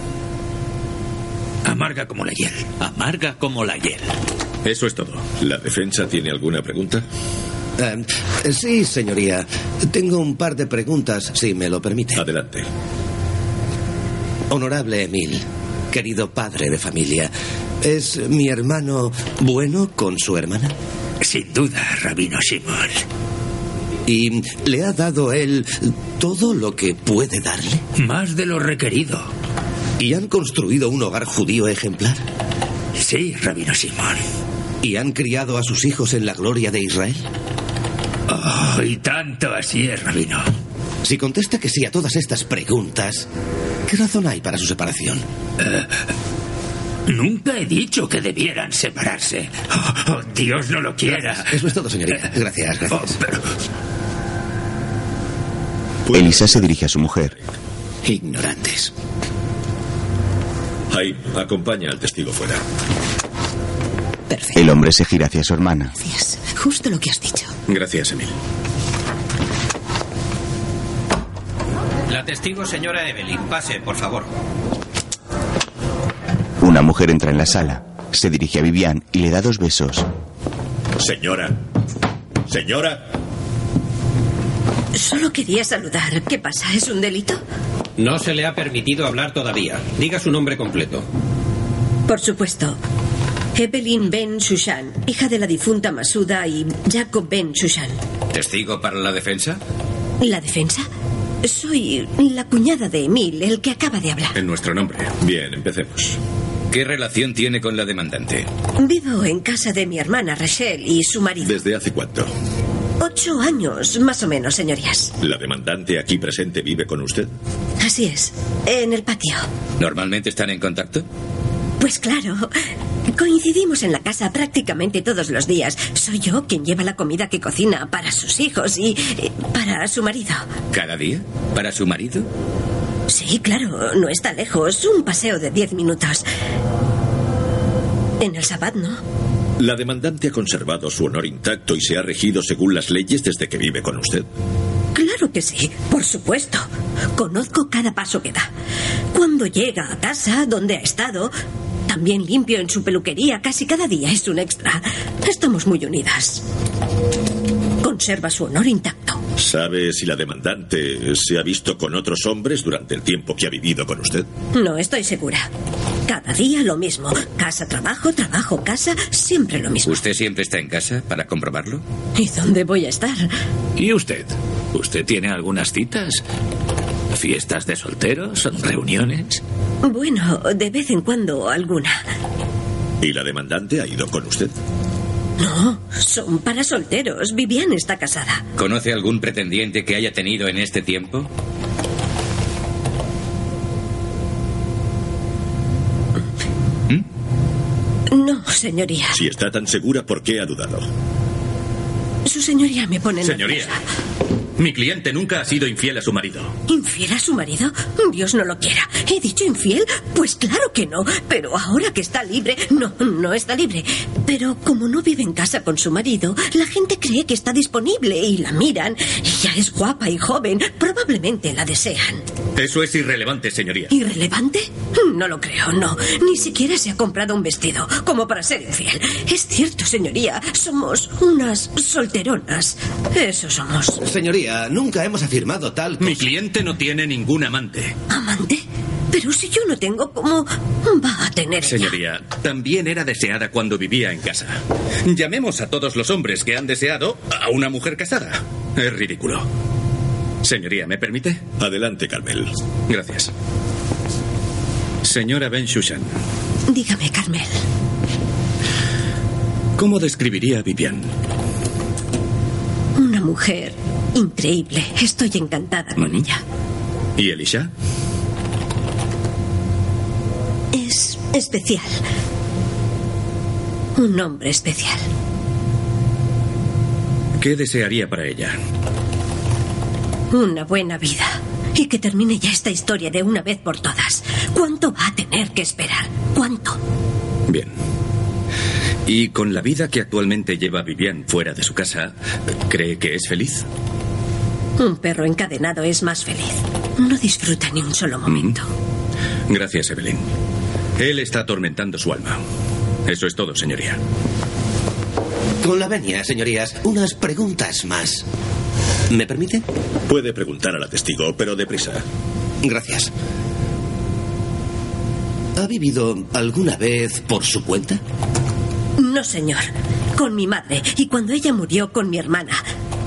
Amarga como la hiel. Amarga como la hiel. Eso es todo. ¿La defensa tiene alguna pregunta? Uh, sí, señoría. Tengo un par de preguntas, si me lo permite. Adelante. Honorable Emil, querido padre de familia, ¿es mi hermano bueno con su hermana? Sin duda, Rabino Shimon. ¿Y le ha dado él todo lo que puede darle? Más de lo requerido. ¿Y han construido un hogar judío ejemplar? Sí, Rabino Simón. ¿Y han criado a sus hijos en la gloria de Israel? Oh, y tanto así es, Rabino. Si contesta que sí a todas estas preguntas, ¿qué razón hay para su separación? Uh, nunca he dicho que debieran separarse. Oh, oh, Dios no lo quiera. Eso es todo, señorita. Gracias, gracias. Oh, pero... Elisa se dirige a su mujer. Ignorantes. Ahí, acompaña al testigo fuera. Perfecto. El hombre se gira hacia su hermana. Gracias. Justo lo que has dicho. Gracias, Emil. La testigo, señora Evelyn. Pase, por favor. Una mujer entra en la sala. Se dirige a Vivian y le da dos besos. Señora. Señora. Solo quería saludar. ¿Qué pasa? ¿Es un delito? No se le ha permitido hablar todavía. Diga su nombre completo. Por supuesto. Evelyn Ben Shushan, hija de la difunta Masuda y Jacob Ben Shushan. ¿Testigo para la defensa? ¿La defensa? Soy la cuñada de Emil, el que acaba de hablar. En nuestro nombre. Bien, empecemos. ¿Qué relación tiene con la demandante? Vivo en casa de mi hermana Rachel y su marido. ¿Desde hace cuánto? Ocho años, más o menos, señorías. ¿La demandante aquí presente vive con usted? Así es, en el patio. ¿Normalmente están en contacto? Pues claro. Coincidimos en la casa prácticamente todos los días. Soy yo quien lleva la comida que cocina para sus hijos y eh, para su marido. ¿Cada día? ¿Para su marido? Sí, claro, no está lejos. Un paseo de diez minutos. En el Sabbat, ¿no? ¿La demandante ha conservado su honor intacto y se ha regido según las leyes desde que vive con usted? Claro que sí, por supuesto. Conozco cada paso que da. Cuando llega a casa, donde ha estado, también limpio en su peluquería casi cada día. Es un extra. Estamos muy unidas. Conserva su honor intacto. ¿Sabe si la demandante se ha visto con otros hombres durante el tiempo que ha vivido con usted? No estoy segura. Cada día lo mismo. Casa, trabajo, trabajo, casa, siempre lo mismo. ¿Usted siempre está en casa para comprobarlo? ¿Y dónde voy a estar? ¿Y usted? ¿Usted tiene algunas citas? ¿Fiestas de solteros? ¿Reuniones? Bueno, de vez en cuando alguna. ¿Y la demandante ha ido con usted? No, son para solteros. Vivian está casada. ¿Conoce algún pretendiente que haya tenido en este tiempo? No, señoría. Si está tan segura, ¿por qué ha dudado? Su señoría me pone Señoría, mi cliente nunca ha sido infiel a su marido. ¿Infiel a su marido? Dios no lo quiera. ¿He dicho infiel? Pues claro que no. Pero ahora que está libre... No, no está libre. Pero como no vive en casa con su marido, la gente cree que está disponible y la miran. Ella es guapa y joven. Probablemente la desean. Eso es irrelevante, señoría. ¿Irrelevante? No lo creo, no. Ni siquiera se ha comprado un vestido como para ser infiel. Es cierto, señoría. Somos unas solteronas. Eso somos. Señoría, nunca hemos afirmado tal cosa. Mi cliente no tiene ningún amante. ¿Amante? Pero si yo no tengo, ¿cómo va a tener ella? Señoría, también era deseada cuando vivía en casa. Llamemos a todos los hombres que han deseado a una mujer casada. Es ridículo. Señoría, ¿me permite? Adelante, Carmel. Gracias. Señora Ben Shushan. Dígame, Carmel. ¿Cómo describiría a Vivian? Una mujer increíble. Estoy encantada con ella. ¿Y Elisha? Es especial. Un hombre especial. ¿Qué desearía para ella? Una buena vida. Y que termine ya esta historia de una vez por todas. ¿Cuánto va a tener que esperar? ¿Cuánto? Bien. ¿Y con la vida que actualmente lleva Vivian fuera de su casa, cree que es feliz? Un perro encadenado es más feliz. No disfruta ni un solo momento. Mm. Gracias, Evelyn. Él está atormentando su alma. Eso es todo, señoría. Con la venia, señorías, unas preguntas más. ¿Me permite? Puede preguntar a la testigo, pero deprisa. Gracias. ¿Ha vivido alguna vez por su cuenta? No, señor. Con mi madre. Y cuando ella murió, con mi hermana. Nunca he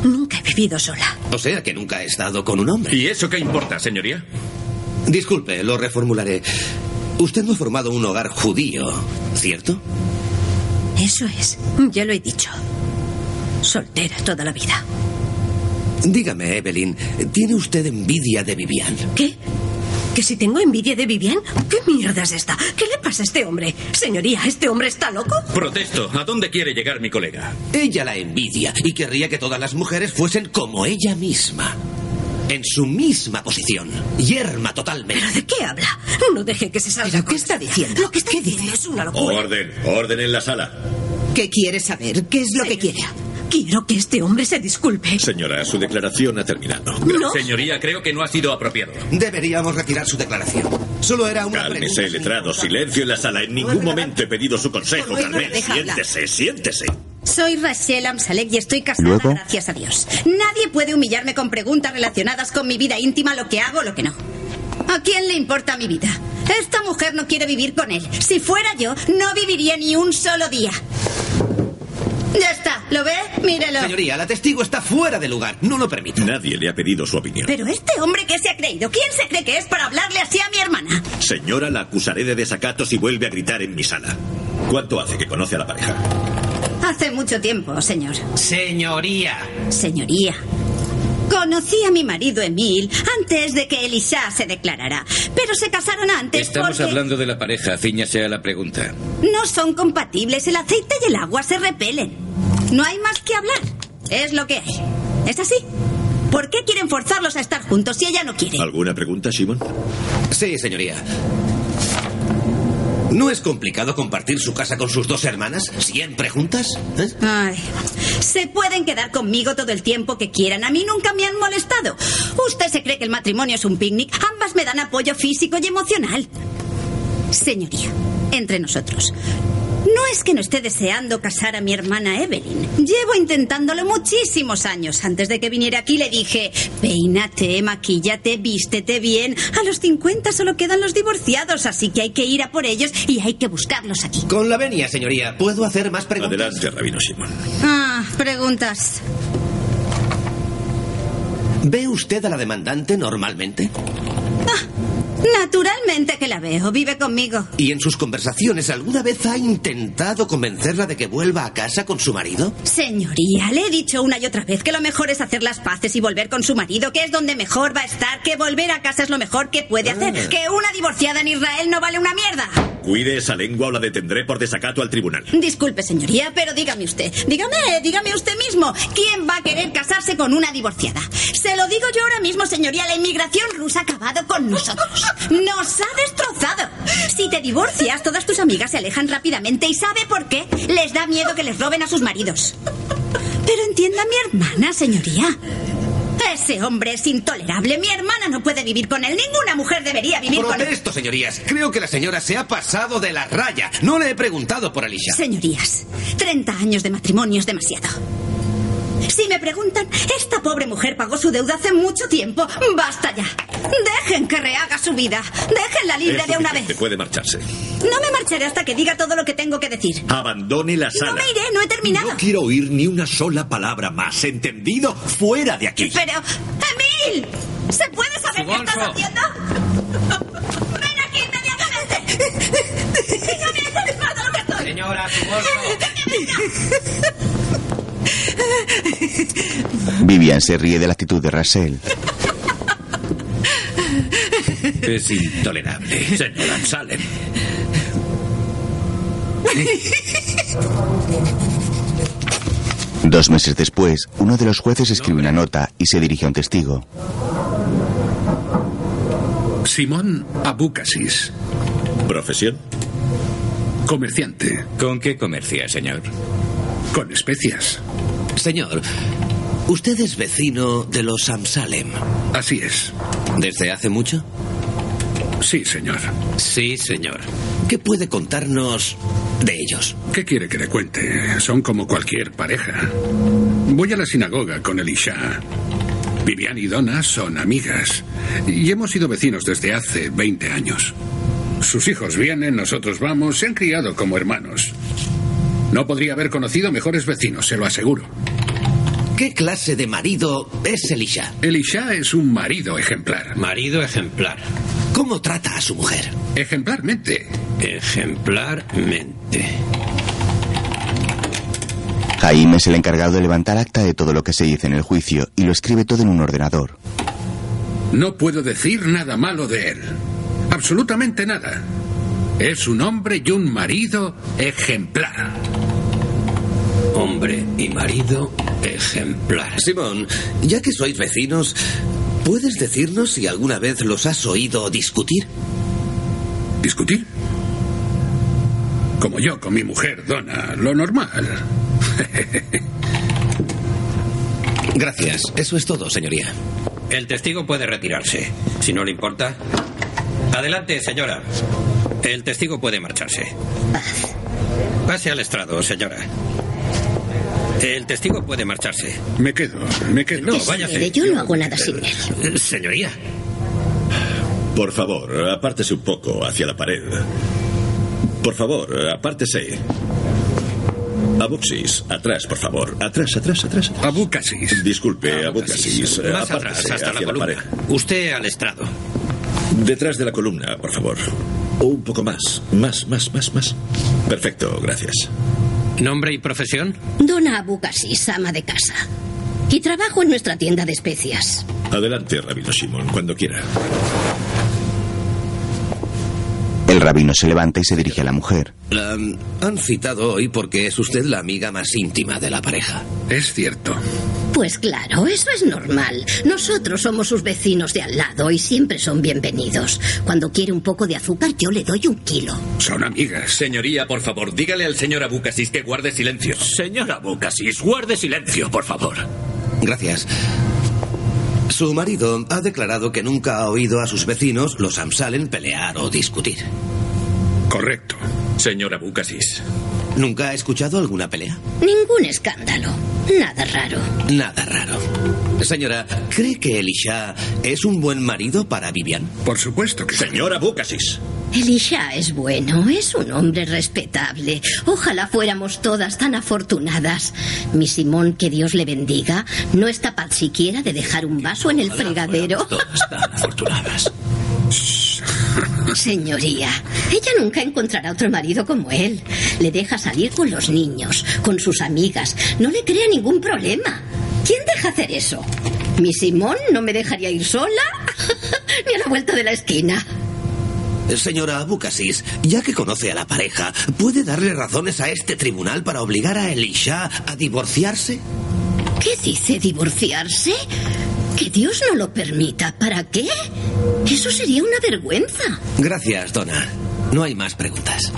vivido sola. O sea que nunca he estado con un hombre. ¿Y eso qué importa, señoría? Disculpe, lo reformularé. Usted no ha formado un hogar judío, ¿cierto? Eso es, ya lo he dicho. Soltera toda la vida. Dígame, Evelyn, ¿tiene usted envidia de Vivian? ¿Qué? ¿Que si tengo envidia de Vivian? ¿Qué mierda es esta? ¿Qué le pasa a este hombre? Señoría, ¿este hombre está loco? Protesto. ¿A dónde quiere llegar mi colega? Ella la envidia y querría que todas las mujeres fuesen como ella misma. En su misma posición. Yerma totalmente. ¿Pero de qué habla? No deje que se salga. ¿Pero qué está diciendo? Lo que está diciendo es una locura. Orden, orden en la sala. ¿Qué quiere saber? ¿Qué es lo que quiere? Quiero que este hombre se disculpe. Señora, su declaración ha terminado. ¿No? Señoría, creo que no ha sido apropiado. Deberíamos retirar su declaración. Solo era una Cálmese, pregunta. letrado. Silencio en la sala. En ningún momento he pedido su consejo, Carmen. Siéntese, siéntese. Soy Rachel Amsalek y estoy casada, ¿Luego? gracias a Dios. Nadie puede humillarme con preguntas relacionadas con mi vida íntima, lo que hago o lo que no. ¿A quién le importa mi vida? Esta mujer no quiere vivir con él. Si fuera yo, no viviría ni un solo día. Ya está, ¿lo ve? Mírelo. Señoría, la testigo está fuera de lugar. No lo permito. Nadie le ha pedido su opinión. Pero este hombre, ¿qué se ha creído? ¿Quién se cree que es para hablarle así a mi hermana? Señora, la acusaré de desacato si vuelve a gritar en mi sala. ¿Cuánto hace que conoce a la pareja? Hace mucho tiempo, señor. Señoría. Señoría. Conocí a mi marido Emil antes de que Elisha se declarara. Pero se casaron antes Estamos porque hablando de la pareja, ciñase a la pregunta. no son compatibles. El aceite y el agua se repelen. No hay más que hablar. Es lo que hay. ¿Es así? ¿Por qué quieren forzarlos a estar juntos si ella no quiere? ¿Alguna pregunta, Simon? Sí, señoría. ¿No es complicado compartir su casa con sus dos hermanas? ¿Siempre juntas? ¿Eh? Ay, se pueden quedar conmigo todo el tiempo que quieran. A mí nunca me han molestado. Usted se cree que el matrimonio es un picnic. Ambas me dan apoyo físico y emocional. Señoría, entre nosotros, no es que no esté deseando casar a mi hermana Evelyn. Llevo intentándolo muchísimos años. Antes de que viniera aquí le dije, peínate, maquíllate, vístete bien. A los cincuenta solo quedan los divorciados, así que hay que ir a por ellos y hay que buscarlos aquí. Con la venia, señoría. ¿Puedo hacer más preguntas? Adelante, Rabino Simon. Ah, preguntas. ¿Ve usted a la demandante normalmente? Naturalmente que la veo. Vive conmigo. ¿Y en sus conversaciones alguna vez ha intentado convencerla de que vuelva a casa con su marido? Señoría, le he dicho una y otra vez que lo mejor es hacer las paces y volver con su marido, que es donde mejor va a estar, que volver a casa es lo mejor que puede hacer, Ah. que una divorciada en Israel no vale una mierda. Cuide esa lengua o la detendré por desacato al tribunal. Disculpe, señoría, pero dígame usted, dígame, dígame usted mismo, ¿quién va a querer casarse con una divorciada? Se lo digo yo ahora mismo, señoría, la inmigración rusa ha acabado con nosotros. Nos ha destrozado. Si te divorcias, todas tus amigas se alejan rápidamente. ¿Y sabe por qué? Les da miedo que les roben a sus maridos. Pero entienda a mi hermana, señoría. Ese hombre es intolerable. Mi hermana no puede vivir con él. Ninguna mujer debería vivir con él. Protesto, señorías. Creo que la señora se ha pasado de la raya. No le he preguntado por Elisha. Señorías, treinta años de matrimonio es demasiado. Si me preguntan, esta pobre mujer pagó su deuda hace mucho tiempo. ¡Basta ya! Dejen que rehaga su vida. Déjenla libre Es de una suficiente, vez. puede marcharse. No me marcharé hasta que diga todo lo que tengo que decir. Abandone la sala. No me iré, no he terminado. No quiero oír ni una sola palabra más. ¿Entendido? Fuera de aquí. Pero, ¡Emil! ¿Se puede saber qué estás Rodolfo. haciendo? ¡Ven aquí inmediatamente! ¡Dígame, eso es más de lo que estoy! Señora, su bolso. Vivian se ríe de la actitud de Rachel. Es intolerable, señor Amsalem. Dos meses después, uno de los jueces escribe una nota y se dirige a un testigo. Simón Abucasis. ¿Profesión? Comerciante. ¿Con qué comercia, señor? Con especias. Señor, usted es vecino de los Amsalem. Así es. ¿Desde hace mucho? Sí, señor. Sí, señor. ¿Qué puede contarnos de ellos? ¿Qué quiere que le cuente? Son como cualquier pareja. Voy a la sinagoga con Elisha. Vivian y Donna son amigas. Y hemos sido vecinos desde hace veinte años. Sus hijos vienen, nosotros vamos, se han criado como hermanos. No podría haber conocido mejores vecinos, se lo aseguro. ¿Qué clase de marido es Elisha? Elisha es un marido ejemplar. Marido ejemplar. ¿Cómo trata a su mujer? Ejemplarmente. Ejemplarmente. Jaime es el encargado de levantar acta de todo lo que se dice en el juicio y lo escribe todo en un ordenador. No puedo decir nada malo de él. Absolutamente nada. Es un hombre y un marido ejemplar. Hombre y marido ejemplar. Simón, ya que sois vecinos, ¿puedes decirnos si alguna vez los has oído discutir? ¿Discutir? Como yo con mi mujer, Donna, lo normal. Gracias, eso es todo, señoría. El testigo puede retirarse, si no le importa. Adelante, señora. El testigo puede marcharse. Pase al estrado, señora. El testigo puede marcharse. Me quedo, me quedo. No, váyase. Yo no hago nada sin él. Señoría. Por favor, apártese un poco hacia la pared. Por favor, apártese. Abucasis, atrás, por favor. Atrás, atrás, atrás. Abucasis. Disculpe, Abucasis. Más atrás, hasta la columna. Usted al estrado. Detrás de la columna, por favor. O un poco más. Más, más, más, más. Perfecto, gracias. ¿Nombre y profesión? Donna Abucasis, ama de casa. Y trabajo en nuestra tienda de especias. Adelante, Rabino Shimon, cuando quiera. El rabino se levanta y se dirige a la mujer. La han citado hoy porque es usted la amiga más íntima de la pareja. Es cierto. Pues claro, eso es normal. Nosotros somos sus vecinos de al lado y siempre son bienvenidos. Cuando quiere un poco de azúcar, yo le doy un kilo. Son amigas. Señoría, por favor, dígale al señor Abucasis que guarde silencio. Señor Abucasis, guarde silencio, por favor. Gracias. Su marido ha declarado que nunca ha oído a sus vecinos, los Amsalen, pelear o discutir. Correcto. Señor Abucasis. ¿Nunca ha escuchado alguna pelea? Ningún escándalo. Nada raro. Nada raro. Señora, ¿cree que Elisha es un buen marido para Vivian? Por supuesto que sí. Señor Abucasis. Elisha es bueno, es un hombre respetable. Ojalá fuéramos todas tan afortunadas. Mi Simón, que Dios le bendiga, no es capaz siquiera de dejar un vaso en el fregadero. Todas tan afortunadas. Señoría, ella nunca encontrará otro marido como él. Le deja salir con los niños, con sus amigas. No le crea ningún problema. ¿Quién deja hacer eso? Mi Simón no me dejaría ir sola ni a la vuelta de la esquina. Señora Abucasis, ya que conoce a la pareja, ¿puede darle razones a este tribunal para obligar a Elisha a divorciarse? ¿Qué dice divorciarse? Que Dios no lo permita. ¿Para qué? Eso sería una vergüenza. Gracias, Donna. No hay más preguntas.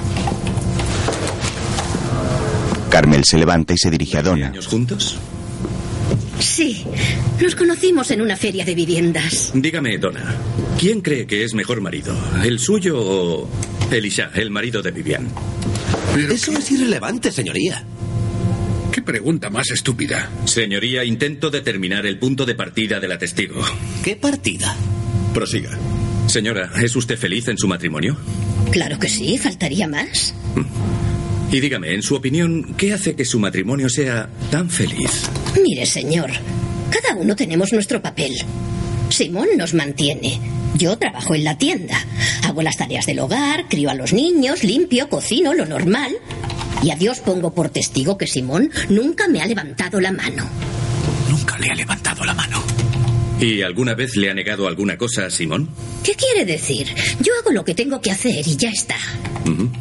Carmel se levanta y se dirige a Donna. ¿Años juntos? Sí, nos conocimos en una feria de viviendas. Dígame, Donna, ¿quién cree que es mejor marido? ¿El suyo o Elisha, el marido de Vivian? Pero eso es irrelevante, señoría. ¿Qué pregunta más estúpida? Señoría, intento determinar el punto de partida de la testigo. ¿Qué partida? Prosiga. Señora, ¿es usted feliz en su matrimonio? Claro que sí, faltaría más. Y dígame, en su opinión, ¿qué hace que su matrimonio sea tan feliz? Mire, señor, cada uno tenemos nuestro papel. Simón nos mantiene. Yo trabajo en la tienda. Hago las tareas del hogar, crío a los niños, limpio, cocino, lo normal. Y a Dios pongo por testigo que Simón nunca me ha levantado la mano. Nunca le ha levantado la mano. ¿Y alguna vez le ha negado alguna cosa a Simón? ¿Qué quiere decir? Yo hago lo que tengo que hacer y ya está. Uh-huh.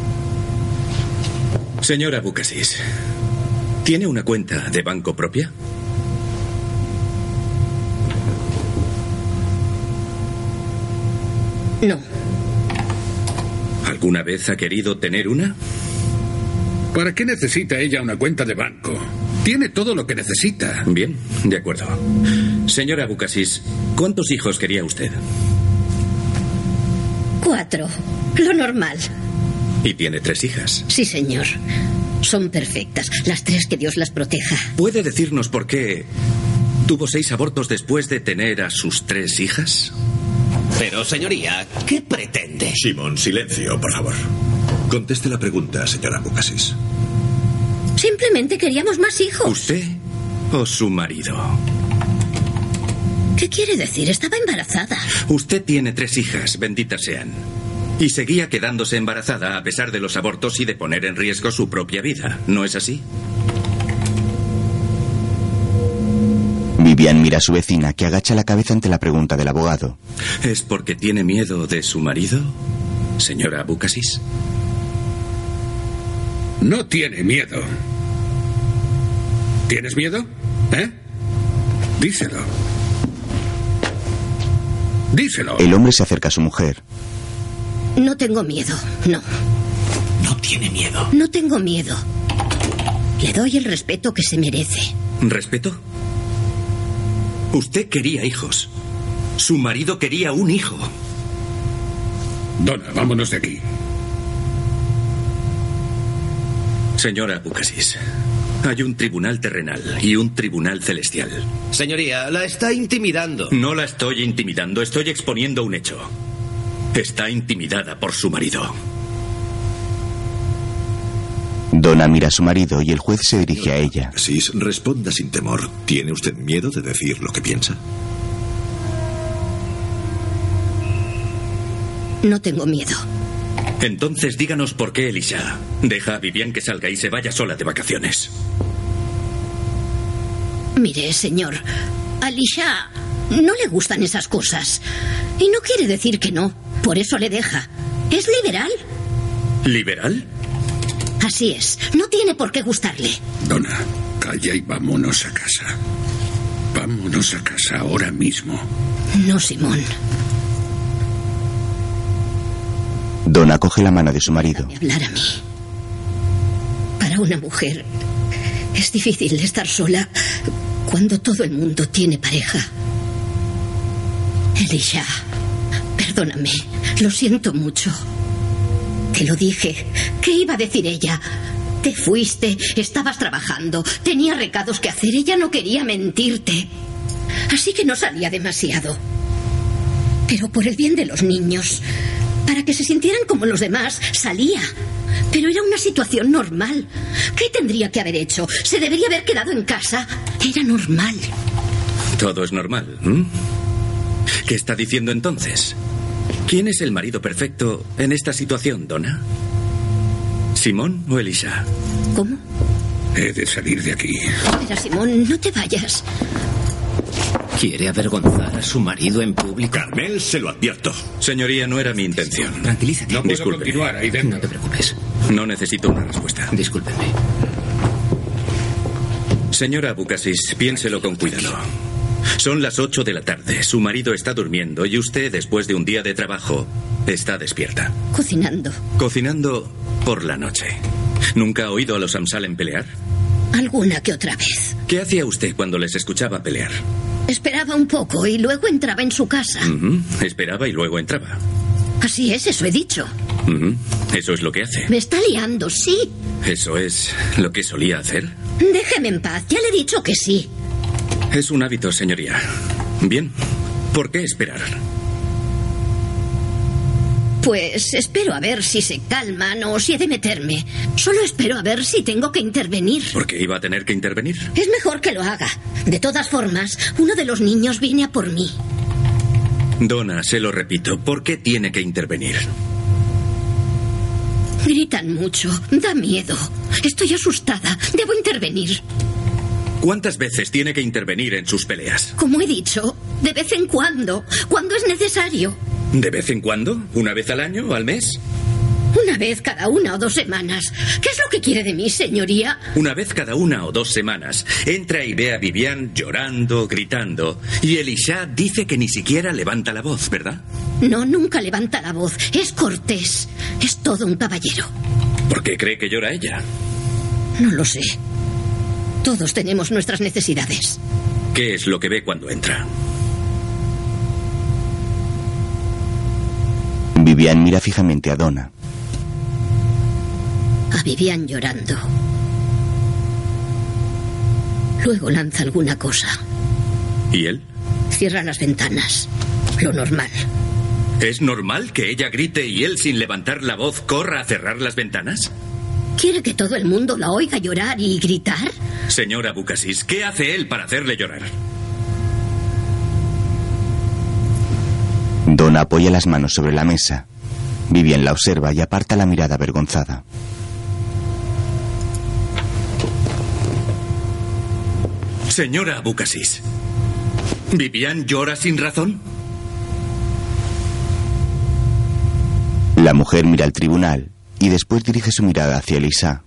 Señora Abucasis, ¿tiene una cuenta de banco propia? No. ¿Alguna vez ha querido tener una? ¿Para qué necesita ella una cuenta de banco? Tiene todo lo que necesita. Bien, de acuerdo. Señora Abucasis, ¿cuántos hijos quería usted? Cuatro. Lo normal. ¿Y tiene tres hijas? Sí, señor. Son perfectas. Las tres, que Dios las proteja. ¿Puede decirnos por qué tuvo seis abortos después de tener a sus tres hijas? Pero, señoría, ¿qué pretende? Simón, silencio, por favor. Conteste la pregunta, señora Abucasis. Simplemente queríamos más hijos. ¿Usted o su marido? ¿Qué quiere decir? Estaba embarazada. Usted tiene tres hijas, benditas sean. Y seguía quedándose embarazada a pesar de los abortos y de poner en riesgo su propia vida. ¿No es así? Vivian mira a su vecina, que agacha la cabeza ante la pregunta del abogado. ¿Es porque tiene miedo de su marido, señora Abucasis? No tiene miedo. ¿Tienes miedo? ¿Eh? Díselo. Díselo. El hombre se acerca a su mujer. No tengo miedo, no. No tiene miedo. No tengo miedo. Le doy el respeto que se merece. ¿Respeto? Usted quería hijos. Su marido quería un hijo. Donna, vámonos de aquí. Señora Abucasis, hay un tribunal terrenal y un tribunal celestial. Señoría, la está intimidando. No la estoy intimidando, estoy exponiendo un hecho. Está intimidada por su marido. Donna mira a su marido y el juez se dirige a ella. Sí, responda sin temor. ¿Tiene usted miedo de decir lo que piensa? No tengo miedo. Entonces díganos por qué Elisha deja a Vivian que salga y se vaya sola de vacaciones. Mire, señor, a Elisha no le gustan esas cosas. Y no quiere decir que no. Por eso le deja. Es liberal. ¿Liberal? Así es. No tiene por qué gustarle. Donna, calla y vámonos a casa. Vámonos a casa ahora mismo. No, Simón. Donna coge la mano de su marido. Déjame hablar a mí. Para una mujer es difícil estar sola cuando todo el mundo tiene pareja. Elisha, perdóname. Lo siento mucho. Te lo dije. ¿Qué iba a decir ella? Te fuiste, estabas trabajando, tenía recados que hacer, ella no quería mentirte. Así que no salía demasiado. Pero por el bien de los niños, para que se sintieran como los demás, salía. Pero era una situación normal. ¿Qué tendría que haber hecho? ¿Se debería haber quedado en casa? Era normal. Todo es normal. ¿eh? ¿Qué está diciendo entonces? ¿Quién es el marido perfecto en esta situación, Donna? ¿Simón o Elisha? ¿Cómo? He de salir de aquí. Espera, Simón, no te vayas. ¿Quiere avergonzar a su marido en público? Carmel, se lo advierto. Señoría, no era mi intención. Tranquilízate. No puedo Discúlpeme. continuar ahí dentro. No te preocupes. No necesito una respuesta. Discúlpeme. Señora Abucasis, piénselo con cuidado. Son las ocho de la tarde. Su marido está durmiendo y usted, después de un día de trabajo, está despierta. Cocinando. Cocinando por la noche. ¿Nunca ha oído a los Amsalem pelear? Alguna que otra vez. ¿Qué hacía usted cuando les escuchaba pelear? Esperaba un poco y luego entraba en su casa. Uh-huh. Esperaba y luego entraba. Así es, eso he dicho. Uh-huh. Eso es lo que hace. Me está liando, sí. ¿Eso es lo que solía hacer? Déjeme en paz, ya le he dicho que sí. Es un hábito, señoría. Bien. ¿Por qué esperar? Pues espero a ver si se calman o si he de meterme. Solo espero a ver si tengo que intervenir. ¿Por qué iba a tener que intervenir? Es mejor que lo haga. De todas formas, uno de los niños viene a por mí. Donna, se lo repito, ¿por qué tiene que intervenir? Gritan mucho, da miedo. Estoy asustada, debo intervenir. ¿Cuántas veces tiene que intervenir en sus peleas? Como he dicho, de vez en cuando, cuando es necesario. ¿De vez en cuando? ¿Una vez al año? ¿Al mes? Una vez cada una o dos semanas. ¿Qué es lo que quiere de mí, señoría? Una vez cada una o dos semanas. Entra y ve a Vivian llorando, gritando. Y Elisha dice que ni siquiera levanta la voz, ¿verdad? No, nunca levanta la voz. Es cortés. Es todo un caballero. ¿Por qué cree que llora ella? No lo sé. Todos tenemos nuestras necesidades. ¿Qué es lo que ve cuando entra? Vivian mira fijamente a Donna. A Vivian llorando. Luego lanza alguna cosa. ¿Y él? Cierra las ventanas. Lo normal. ¿Es normal que ella grite y él, sin levantar la voz, corra a cerrar las ventanas? ¿Quiere que todo el mundo la oiga llorar y gritar? Señora Bucasis, ¿qué hace él para hacerle llorar? Donna apoya las manos sobre la mesa. Vivian la observa y aparta la mirada avergonzada. Señora Bucasis, ¿Vivian llora sin razón? La mujer mira al tribunal y después dirige su mirada hacia Elisa.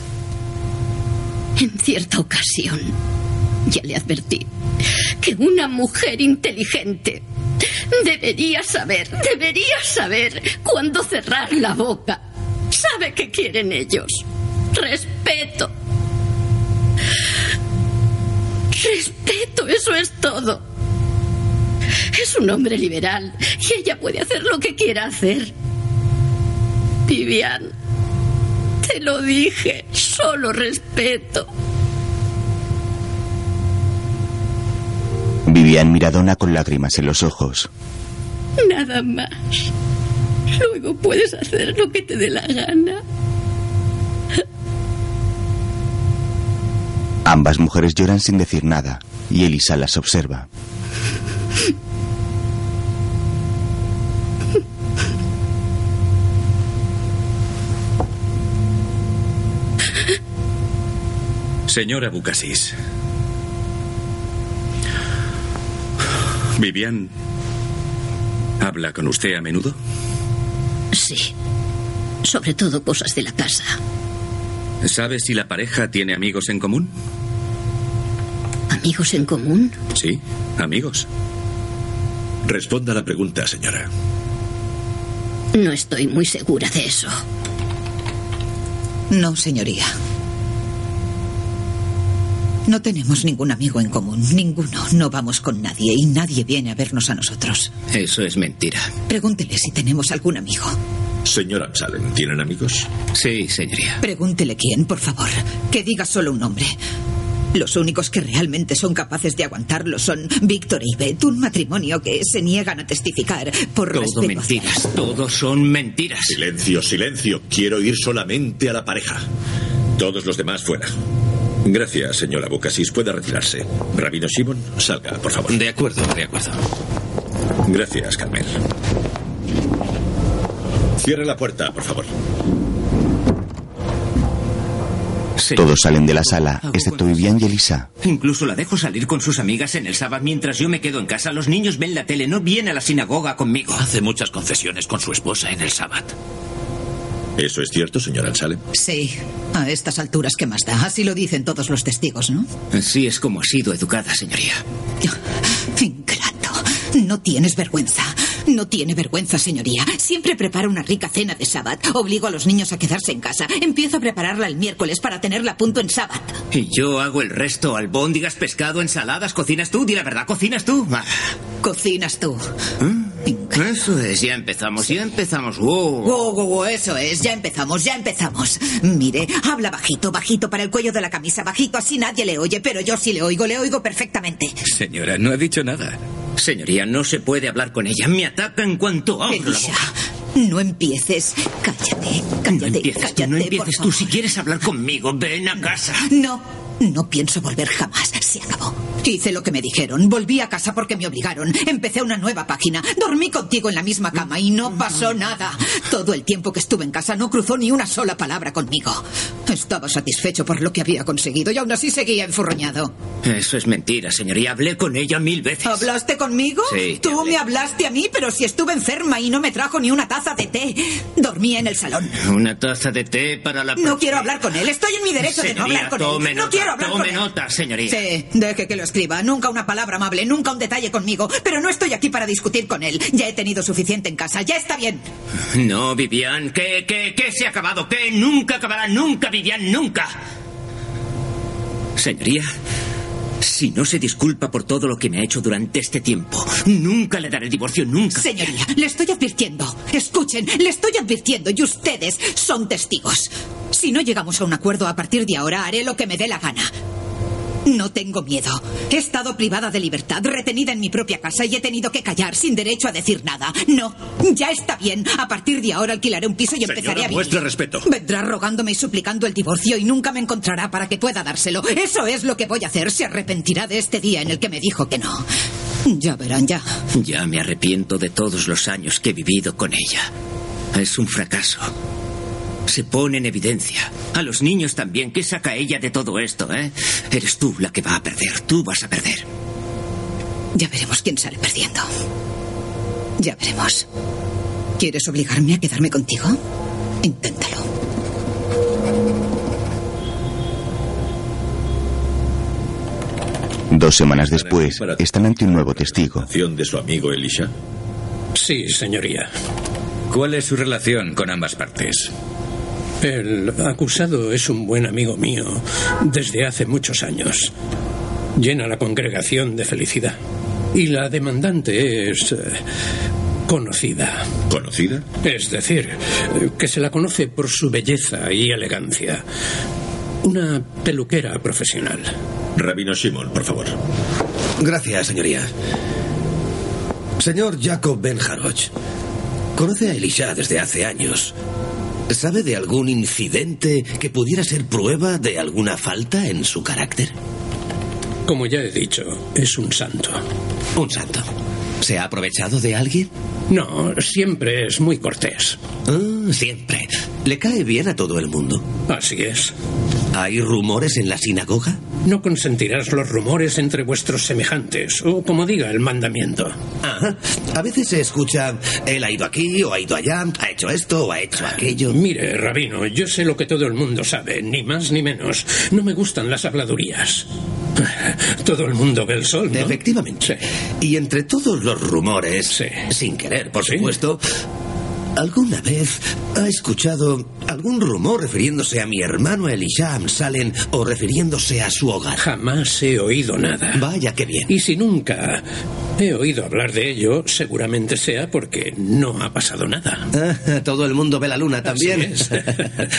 En cierta ocasión, ya le advertí que una mujer inteligente debería saber, debería saber cuándo cerrar la boca. Sabe qué quieren ellos. Respeto. Respeto, eso es todo. Es un hombre liberal y ella puede hacer lo que quiera hacer. Vivian, te lo dije, solo respeto. Vivian mira a Donna con lágrimas en los ojos. Nada más. Luego puedes hacer lo que te dé la gana. Ambas mujeres lloran sin decir nada y Elisa las observa. Señora Bucasis, ¿Vivian habla con usted a menudo? Sí, sobre todo cosas de la casa. ¿Sabe si la pareja tiene amigos en común? ¿Amigos en común? Sí, amigos. Responda a la pregunta, señora. No estoy muy segura de eso. No, señoría. No tenemos ningún amigo en común, ninguno. No vamos con nadie y nadie viene a vernos a nosotros. Eso es mentira. Pregúntele si tenemos algún amigo. Señora Salem, ¿tienen amigos? Sí, señoría. Pregúntele quién, por favor. Que diga solo un nombre. Los únicos que realmente son capaces de aguantarlo son Víctor y Beth, un matrimonio que se niegan a testificar por Todo respeto. mentiras, todo son mentiras. Silencio, silencio. Quiero ir solamente a la pareja. Todos los demás fuera. Gracias, señora Bucasis. Puede retirarse. Rabino Shimon, salga, por favor. De acuerdo, de acuerdo. Gracias, Carmel. Cierre la puerta, por favor. Sí. Todos salen de la sala, excepto Vivian y Elisa. Incluso la dejo salir con sus amigas en el sábado mientras yo me quedo en casa. Los niños ven la tele, no viene a la sinagoga conmigo. Hace muchas concesiones con su esposa en el sábado. ¿Eso es cierto, señora Ansalem? Sí, a estas alturas, ¿qué más da? Así lo dicen todos los testigos, ¿no? Así es como ha sido educada, señoría. Ingrato, no tienes vergüenza. No tiene vergüenza, señoría. Siempre prepara una rica cena de sábado. Obligo a los niños a quedarse en casa. Empiezo a prepararla el miércoles para tenerla a punto en sábado. Y yo hago el resto. Albóndigas, pescado, ensaladas. ¿Cocinas tú? Di la verdad, ¿cocinas tú? Ah. Cocinas tú. ¿Eh? Eso es, ya empezamos, ya empezamos. Wow. Wow, wow, wow, eso es, ya empezamos, ya empezamos. Mire, habla bajito, bajito para el cuello de la camisa, bajito, así nadie le oye, pero yo sí le oigo, le oigo perfectamente. Señora, no ha dicho nada. Señoría, no se puede hablar con ella. Me ataca en cuanto abro la Elisha, boca. no empieces. Cállate, cállate, No empieces cállate, tú, no por empieces tú. favor. Si quieres hablar conmigo, ven a casa. No, no pienso volver jamás. Se acabó. Hice lo que me dijeron. Volví a casa porque me obligaron. Empecé una nueva página. Dormí contigo en la misma cama y no pasó nada. Todo el tiempo que estuve en casa no cruzó ni una sola palabra conmigo. Estaba satisfecho por lo que había conseguido y aún así seguía enfurruñado. Eso es mentira, señoría. Hablé con ella mil veces. ¿Hablaste conmigo? Sí, Tú hablé. me hablaste a mí, pero si estuve enferma y no me trajo ni una taza de té. Dormía en el salón. Una taza de té para la... No quiero hablar con él. Estoy en mi derecho de no Señoría, hablar con tome él. No nota, quiero hablar tome con él. nota, señoría. Sí, deje que lo escriba. Nunca una palabra amable, nunca un detalle conmigo. Pero no estoy aquí para discutir con él. Ya he tenido suficiente en casa. Ya está bien. No, Vivian, ¿qué, qué, qué se ha acabado? ¿Qué? Nunca acabará, nunca, Vivian, nunca. Señoría, si no se disculpa por todo lo que me ha hecho durante este tiempo, nunca le daré el divorcio, nunca. Señoría, le estoy advirtiendo. Escuchen, le estoy advirtiendo y ustedes son testigos. Si no llegamos a un acuerdo a partir de ahora, haré lo que me dé la gana. No tengo miedo. He estado privada de libertad, retenida en mi propia casa y he tenido que callar sin derecho a decir nada. No, ya está bien. A partir de ahora alquilaré un piso y Señora, empezaré a vivir. muestre respeto. Vendrá rogándome y suplicando el divorcio y nunca me encontrará para que pueda dárselo. Eso es lo que voy a hacer. Se arrepentirá de este día en el que me dijo que no. Ya verán, ya. Ya me arrepiento de todos los años que he vivido con ella. Es un fracaso. Se pone en evidencia. A los niños también. ¿Qué saca ella de todo esto, eh? Eres tú la que va a perder. Tú vas a perder. Ya veremos quién sale perdiendo. Ya veremos. ¿Quieres obligarme a quedarme contigo? Inténtalo. Dos semanas después, están ante un nuevo testigo. ¿De su amigo Elisha? Sí, señoría. ¿Cuál es su relación con ambas partes? El acusado es un buen amigo mío desde hace muchos años. Llena la congregación de felicidad. Y la demandante es eh, conocida. ¿Conocida? Es decir, que se la conoce por su belleza y elegancia. Una peluquera profesional. Rabino Shimon, por favor. Gracias, señoría. Señor Jacob Ben Haroch, conoce a Elisha desde hace años. ¿Sabe de algún incidente que pudiera ser prueba de alguna falta en su carácter? Como ya he dicho, es un santo. Un santo. ¿Se ha aprovechado de alguien? No, siempre es muy cortés. Ah, siempre. ¿Le cae bien a todo el mundo? Así es. ¿Hay rumores en la sinagoga? No consentirás los rumores entre vuestros semejantes, o como diga el mandamiento. Ajá. A veces se escucha, él ha ido aquí o ha ido allá, ha hecho esto o ha hecho aquello. Mire, rabino, yo sé lo que todo el mundo sabe, ni más ni menos. No me gustan las habladurías. Todo el mundo ve el sol, ¿no? Efectivamente. Sí. Y entre todos los rumores, sí. sin querer, por ¿Sí? supuesto, ¿alguna vez ha escuchado algún rumor refiriéndose a mi hermano Elisha Amsalen o refiriéndose a su hogar? Jamás he oído nada. Vaya, qué bien. Y si nunca he oído hablar de ello, seguramente sea porque no ha pasado nada. Ah, todo el mundo ve la luna también. Así es.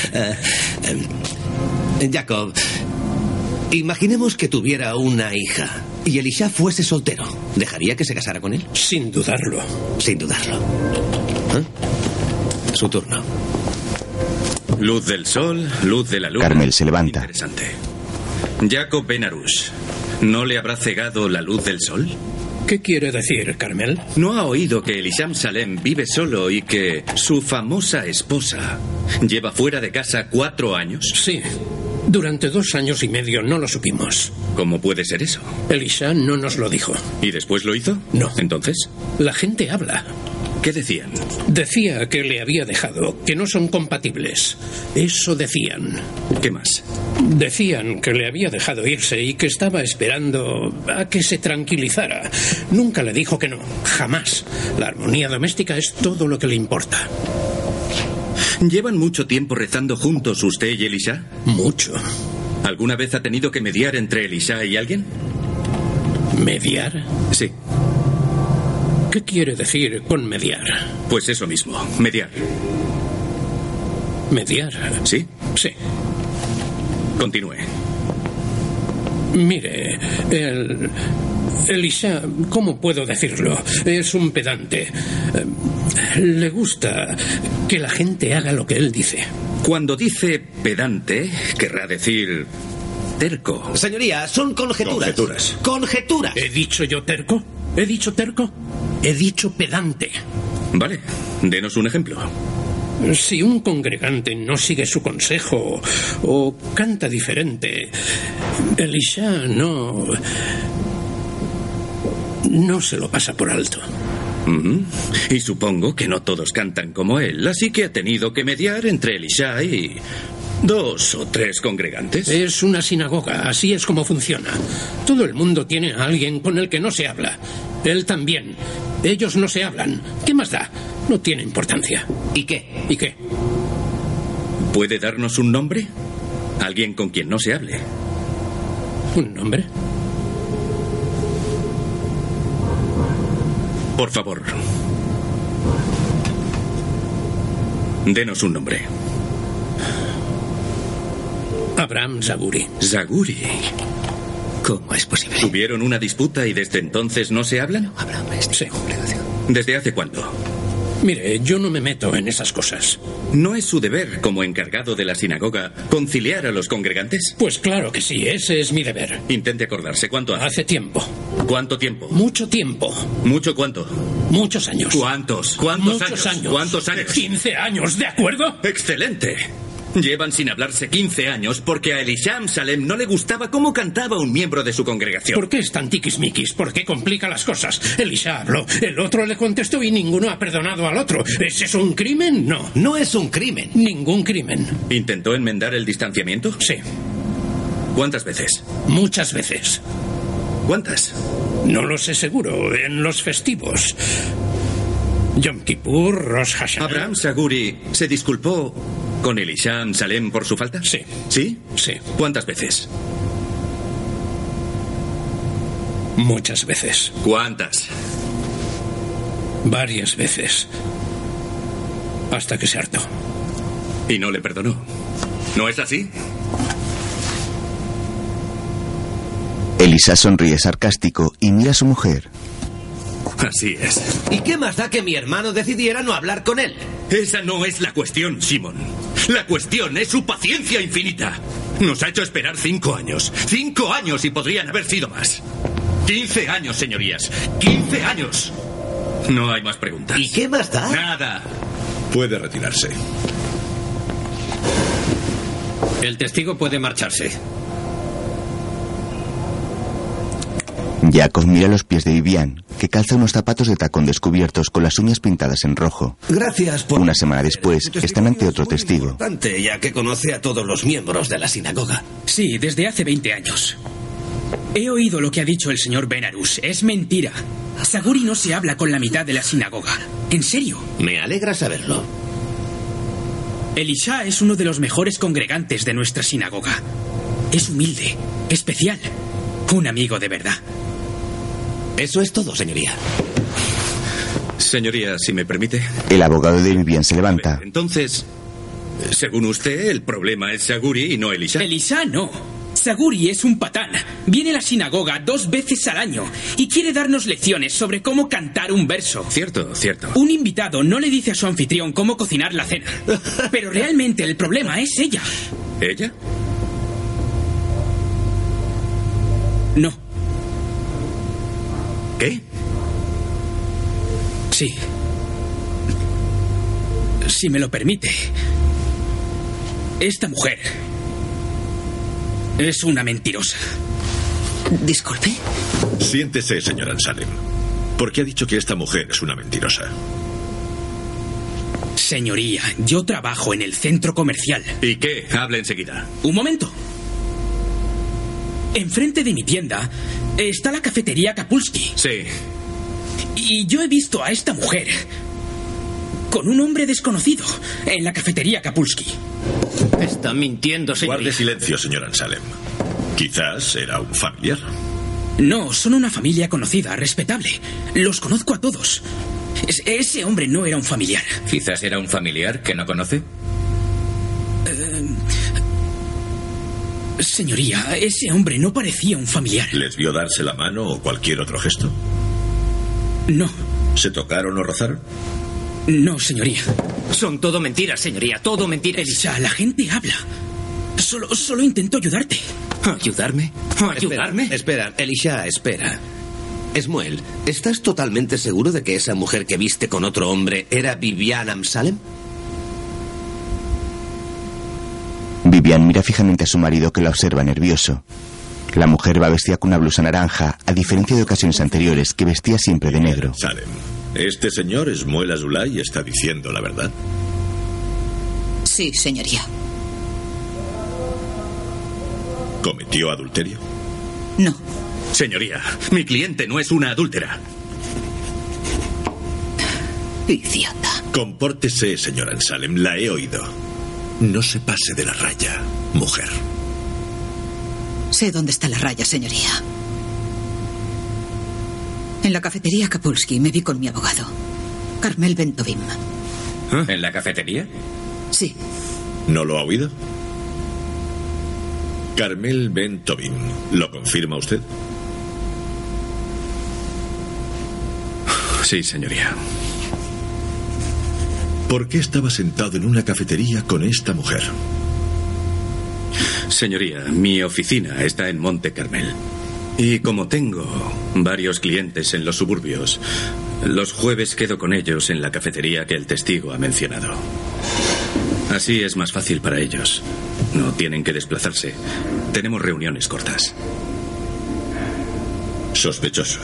Jacob, imaginemos que tuviera una hija y Elisha fuese soltero. ¿Dejaría que se casara con él? Sin dudarlo. Sin dudarlo. ¿Eh? Su turno. Luz del sol, luz de la luna. Carmel se levanta. Interesante. Jacob Ben Arush, ¿no le habrá cegado la luz del sol? ¿Qué quiere decir, Carmel? ¿No ha oído que Elisham Salem vive solo y que su famosa esposa lleva fuera de casa cuatro años? Sí. Durante dos años y medio no lo supimos. ¿Cómo puede ser eso? Elisha no nos lo dijo. ¿Y después lo hizo? No. ¿Entonces? La gente habla. ¿Qué decían? Decía que le había dejado, que no son compatibles. Eso decían. ¿Qué más? Decían que le había dejado irse y que estaba esperando a que se tranquilizara. Nunca le dijo que no, jamás. La armonía doméstica es todo lo que le importa. ¿Llevan mucho tiempo rezando juntos usted y Elisha? Mucho. ¿Alguna vez ha tenido que mediar entre Elisha y alguien? ¿Mediar? Sí. ¿Qué quiere decir con mediar? Pues eso mismo, mediar. ¿Mediar? ¿Sí? Sí. Continúe. Mire, el... Elisha, ¿cómo puedo decirlo? Es un pedante. Le gusta que la gente haga lo que él dice. Cuando dice pedante, querrá decir terco. Señoría, son conjeturas. Conjeturas. Conjeturas. ¿He dicho yo terco? ¿He dicho terco? He dicho pedante. Vale, denos un ejemplo. Si un congregante no sigue su consejo o canta diferente, Elisha no... no se lo pasa por alto. Uh-huh. Y supongo que no todos cantan como él, así que ha tenido que mediar entre Elisha y dos o tres congregantes. Es una sinagoga, así es como funciona. Todo el mundo tiene a alguien con el que no se habla. Él también. Ellos no se hablan. ¿Qué más da? No tiene importancia. ¿Y qué? ¿Y qué? ¿Puede darnos un nombre? Alguien con quien no se hable. ¿Un nombre? Por favor. Denos un nombre. Abraham Zaguri. Zaguri. ¿Cómo es posible? ¿Tuvieron una disputa y desde entonces no se hablan? Sí. ¿Desde hace cuándo? Mire, yo no me meto en esas cosas. ¿No es su deber, como encargado de la sinagoga, conciliar a los congregantes? Pues claro que sí, ese es mi deber. Intente acordarse. ¿Cuánto hace? Hace tiempo. ¿Cuánto tiempo? Mucho tiempo. ¿Mucho cuánto? Muchos años. ¿Cuántos? ¿Cuántos Muchos años? años. ¿Cuántos años? quince años, ¿de acuerdo? ¡Excelente! Llevan sin hablarse quince años porque a Elisham Salem no le gustaba cómo cantaba un miembro de su congregación. ¿Por qué es tan tiquismiquis? ¿Por qué complica las cosas? Elisha habló, el otro le contestó y ninguno ha perdonado al otro. ¿Ese es un crimen? No. No es un crimen. Ningún crimen. ¿Intentó enmendar el distanciamiento? Sí. ¿Cuántas veces? Muchas veces. ¿Cuántas? No lo sé seguro. En los festivos. Yom Kippur, Rosh Hashanah. ¿Abraham Saguri se disculpó con Elisham Salem por su falta? Sí. ¿Sí? Sí. ¿Cuántas veces? Muchas veces. ¿Cuántas? Varias veces. Hasta que se hartó. Y no le perdonó. ¿No es así? Elisa sonríe sarcástico y mira a su mujer. Así es. ¿Y qué más da que mi hermano decidiera no hablar con él? Esa no es la cuestión, Simon. La cuestión es su paciencia infinita. Nos ha hecho esperar cinco años. Cinco años y podrían haber sido más. Quince años, señorías. Quince años. No hay más preguntas. ¿Y qué más da? Nada. Puede retirarse. El testigo puede marcharse. Jacob mira los pies de Vivian, que calza unos zapatos de tacón descubiertos con las uñas pintadas en rojo. Gracias por... Una semana después, están ante otro testigo. Importante, ya que conoce a todos los miembros de la sinagoga. Sí, desde hace veinte años. He oído lo que ha dicho el señor Benarus. Es mentira. Saguri no se habla con la mitad de la sinagoga. ¿En serio? Me alegra saberlo. Elisha es uno de los mejores congregantes de nuestra sinagoga. Es humilde, especial, un amigo de verdad. Eso es todo, señoría. Señoría, si me permite. El abogado de Vivian se levanta. Entonces, según usted, el problema es Saguri y no Elisha. Elisha no. Saguri es un patán. Viene a la sinagoga dos veces al año y quiere darnos lecciones sobre cómo cantar un verso. Cierto, cierto. Un invitado no le dice a su anfitrión cómo cocinar la cena. Pero realmente el problema es ella. ¿Ella? No. ¿Qué? Sí. Si me lo permite. Esta mujer es una mentirosa. Disculpe. Siéntese, señor Ansalem. ¿Por qué ha dicho que esta mujer es una mentirosa? Señoría, yo trabajo en el centro comercial. ¿Y qué? Hable enseguida. Un momento. Enfrente de mi tienda está la cafetería Kapulski. Sí. Y yo he visto a esta mujer con un hombre desconocido en la cafetería Kapulski. Está mintiendo, señor. Guarde silencio, señor Ansalem. Quizás era un familiar. No, son una familia conocida, respetable. Los conozco a todos. Es- ese hombre no era un familiar. Quizás era un familiar que no conoce. Eh, señoría, ese hombre no parecía un familiar. ¿Les vio darse la mano o cualquier otro gesto? No. ¿Se tocaron o rozaron? No, señoría. Son todo mentiras, señoría, todo mentiras. Elisa, la gente habla. Solo, solo intento ayudarte. ¿Ayudarme? ¿Ayudarme? Espera, espera, Elisha, espera. Esmuel, ¿estás totalmente seguro de que esa mujer que viste con otro hombre era Vivian Amsalem? Vivian mira fijamente a su marido, que la observa nervioso. La mujer va vestida con una blusa naranja, a diferencia de ocasiones anteriores, que vestía siempre de negro. Salem, este señor Esmuel Azulay está diciendo la verdad. Sí, señoría. ¿Cometió adulterio? No. Señoría, mi cliente no es una adúltera. Idiota. Compórtese, señor Ansalem, la he oído. No se pase de la raya, mujer. Sé dónde está la raya, señoría. En la cafetería Kapulski me vi con mi abogado, Carmel Bentovim. ¿En la cafetería? Sí. ¿No lo ha oído? Carmel Ben Tobin, ¿lo confirma usted? Sí, señoría. ¿Por qué estaba sentado en una cafetería con esta mujer? Señoría, mi oficina está en Monte Carmel. Y como tengo varios clientes en los suburbios, los jueves quedo con ellos en la cafetería que el testigo ha mencionado. Así es más fácil para ellos. No tienen que desplazarse. Tenemos reuniones cortas. Sospechoso.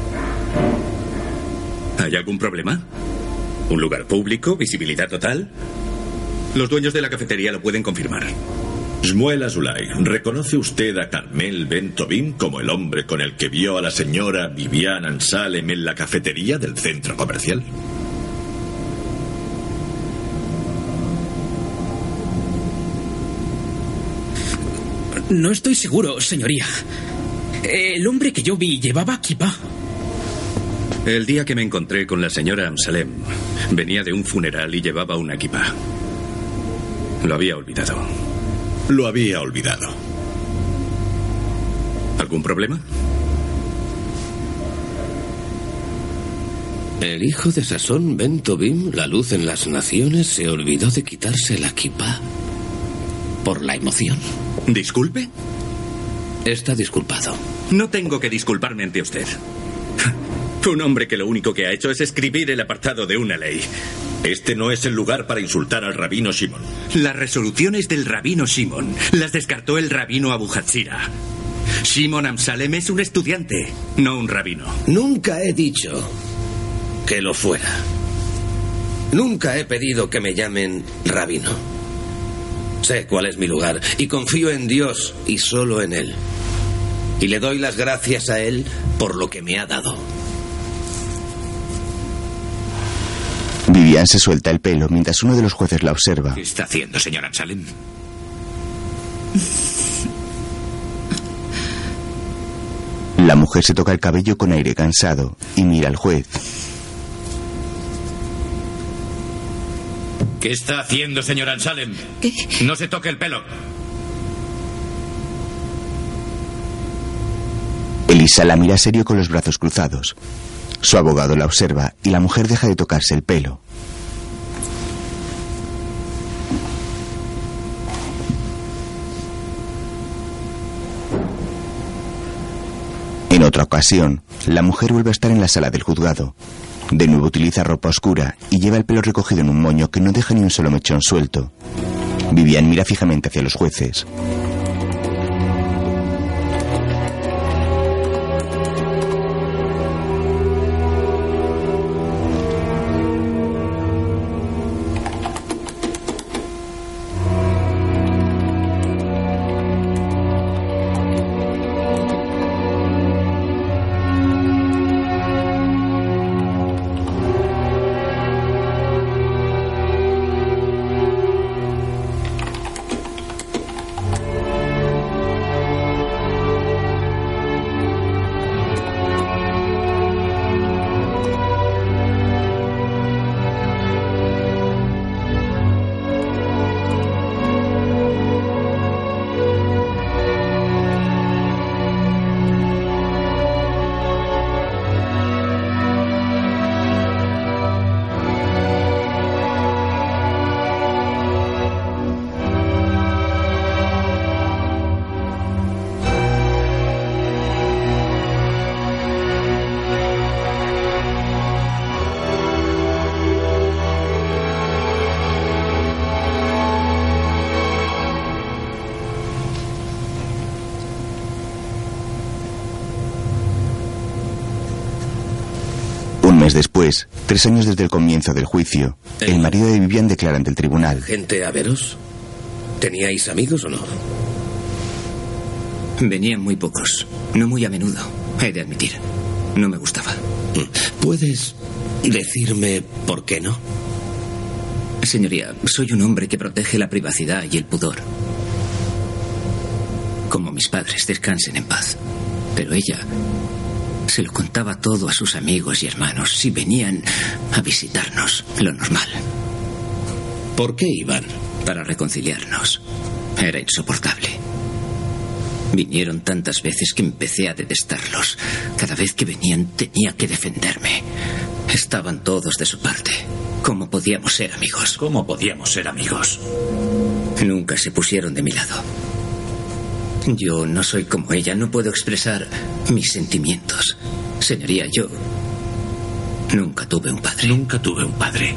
¿Hay algún problema? ¿Un lugar público? ¿Visibilidad total? Los dueños de la cafetería lo pueden confirmar. Shmuel Azulay, ¿reconoce usted a Carmel Ben Tobin como el hombre con el que vio a la señora Vivian Ansalem en la cafetería del centro comercial? No estoy seguro, señoría. El hombre que yo vi llevaba kipá. El día que me encontré con la señora Amsalem, venía de un funeral y llevaba una kipá. Lo había olvidado. Lo había olvidado. ¿Algún problema? El hijo de Sasón Ben Tobim, la luz en las naciones, se olvidó de quitarse la kipá por la emoción. ¿Disculpe? Está disculpado. No tengo que disculparme ante usted. Un hombre que lo único que ha hecho es escribir el apartado de una ley. Este no es el lugar para insultar al rabino Shimon. Las resoluciones del rabino Shimon las descartó el rabino Abu Hatzira. Shimon Amsalem es un estudiante, no un rabino. Nunca he dicho que lo fuera. Nunca he pedido que me llamen rabino. Sé cuál es mi lugar y confío en Dios y solo en Él. Y le doy las gracias a Él por lo que me ha dado. Vivian se suelta el pelo mientras uno de los jueces la observa. ¿Qué está haciendo, señor Amsalem? La mujer se toca el cabello con aire cansado y mira al juez. ¿Qué está haciendo, señor Amsalem? ¿Qué? No se toque el pelo. Elisa la mira serio con los brazos cruzados. Su abogado la observa y la mujer deja de tocarse el pelo. En otra ocasión, la mujer vuelve a estar en la sala del juzgado. De nuevo utiliza ropa oscura y lleva el pelo recogido en un moño que no deja ni un solo mechón suelto. Vivian mira fijamente hacia los jueces. Un mes después, tres años desde el comienzo del juicio, el marido de Vivian declara ante el tribunal. ¿Gente a veros? ¿Teníais amigos o no? Venían muy pocos, no muy a menudo, he de admitir. No me gustaba. ¿Puedes decirme por qué no? Señoría, soy un hombre que protege la privacidad y el pudor. Como mis padres, descansen en paz. Pero ella se lo contaba todo a sus amigos y hermanos si venían a visitarnos, lo normal. ¿Por qué iban? Para reconciliarnos. Era insoportable. Vinieron tantas veces que empecé a detestarlos. Cada vez que venían tenía que defenderme. Estaban todos de su parte. ¿Cómo podíamos ser amigos? ¿Cómo podíamos ser amigos? Nunca se pusieron de mi lado. Yo no soy como ella, no puedo expresar mis sentimientos. Señoría, yo nunca tuve un padre. Nunca tuve un padre.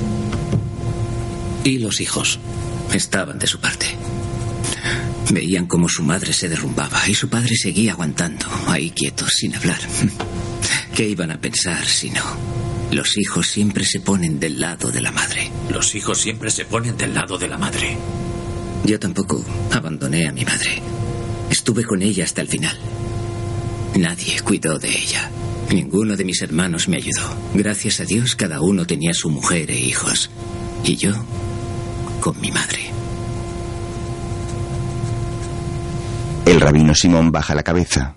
¿Y los hijos? Estaban de su parte. Veían cómo su madre se derrumbaba y su padre seguía aguantando, ahí quieto, sin hablar. ¿Qué iban a pensar si no? Los hijos siempre se ponen del lado de la madre. Los hijos siempre se ponen del lado de la madre. Yo tampoco abandoné a mi madre. Estuve con ella hasta el final. Nadie cuidó de ella. Ninguno de mis hermanos me ayudó. Gracias a Dios, cada uno tenía su mujer e hijos. Y yo, con mi madre. El rabino Simón baja la cabeza.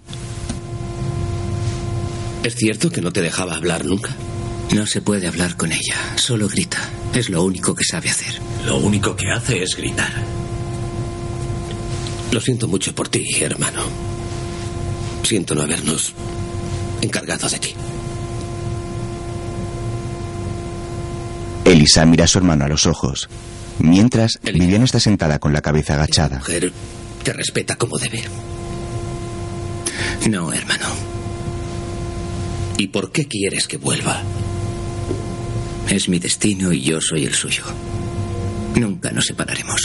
¿Es cierto que no te dejaba hablar nunca? No se puede hablar con ella, solo grita. Es lo único que sabe hacer. Lo único que hace es gritar. Lo siento mucho por ti, hermano. Siento no habernos encargado de ti. Elisa mira a su hermano a los ojos. Mientras, Vivian está sentada con la cabeza agachada. Esta mujer te respeta como debe. No, hermano. ¿Y por qué quieres que vuelva? Es mi destino y yo soy el suyo. Nunca nos separaremos.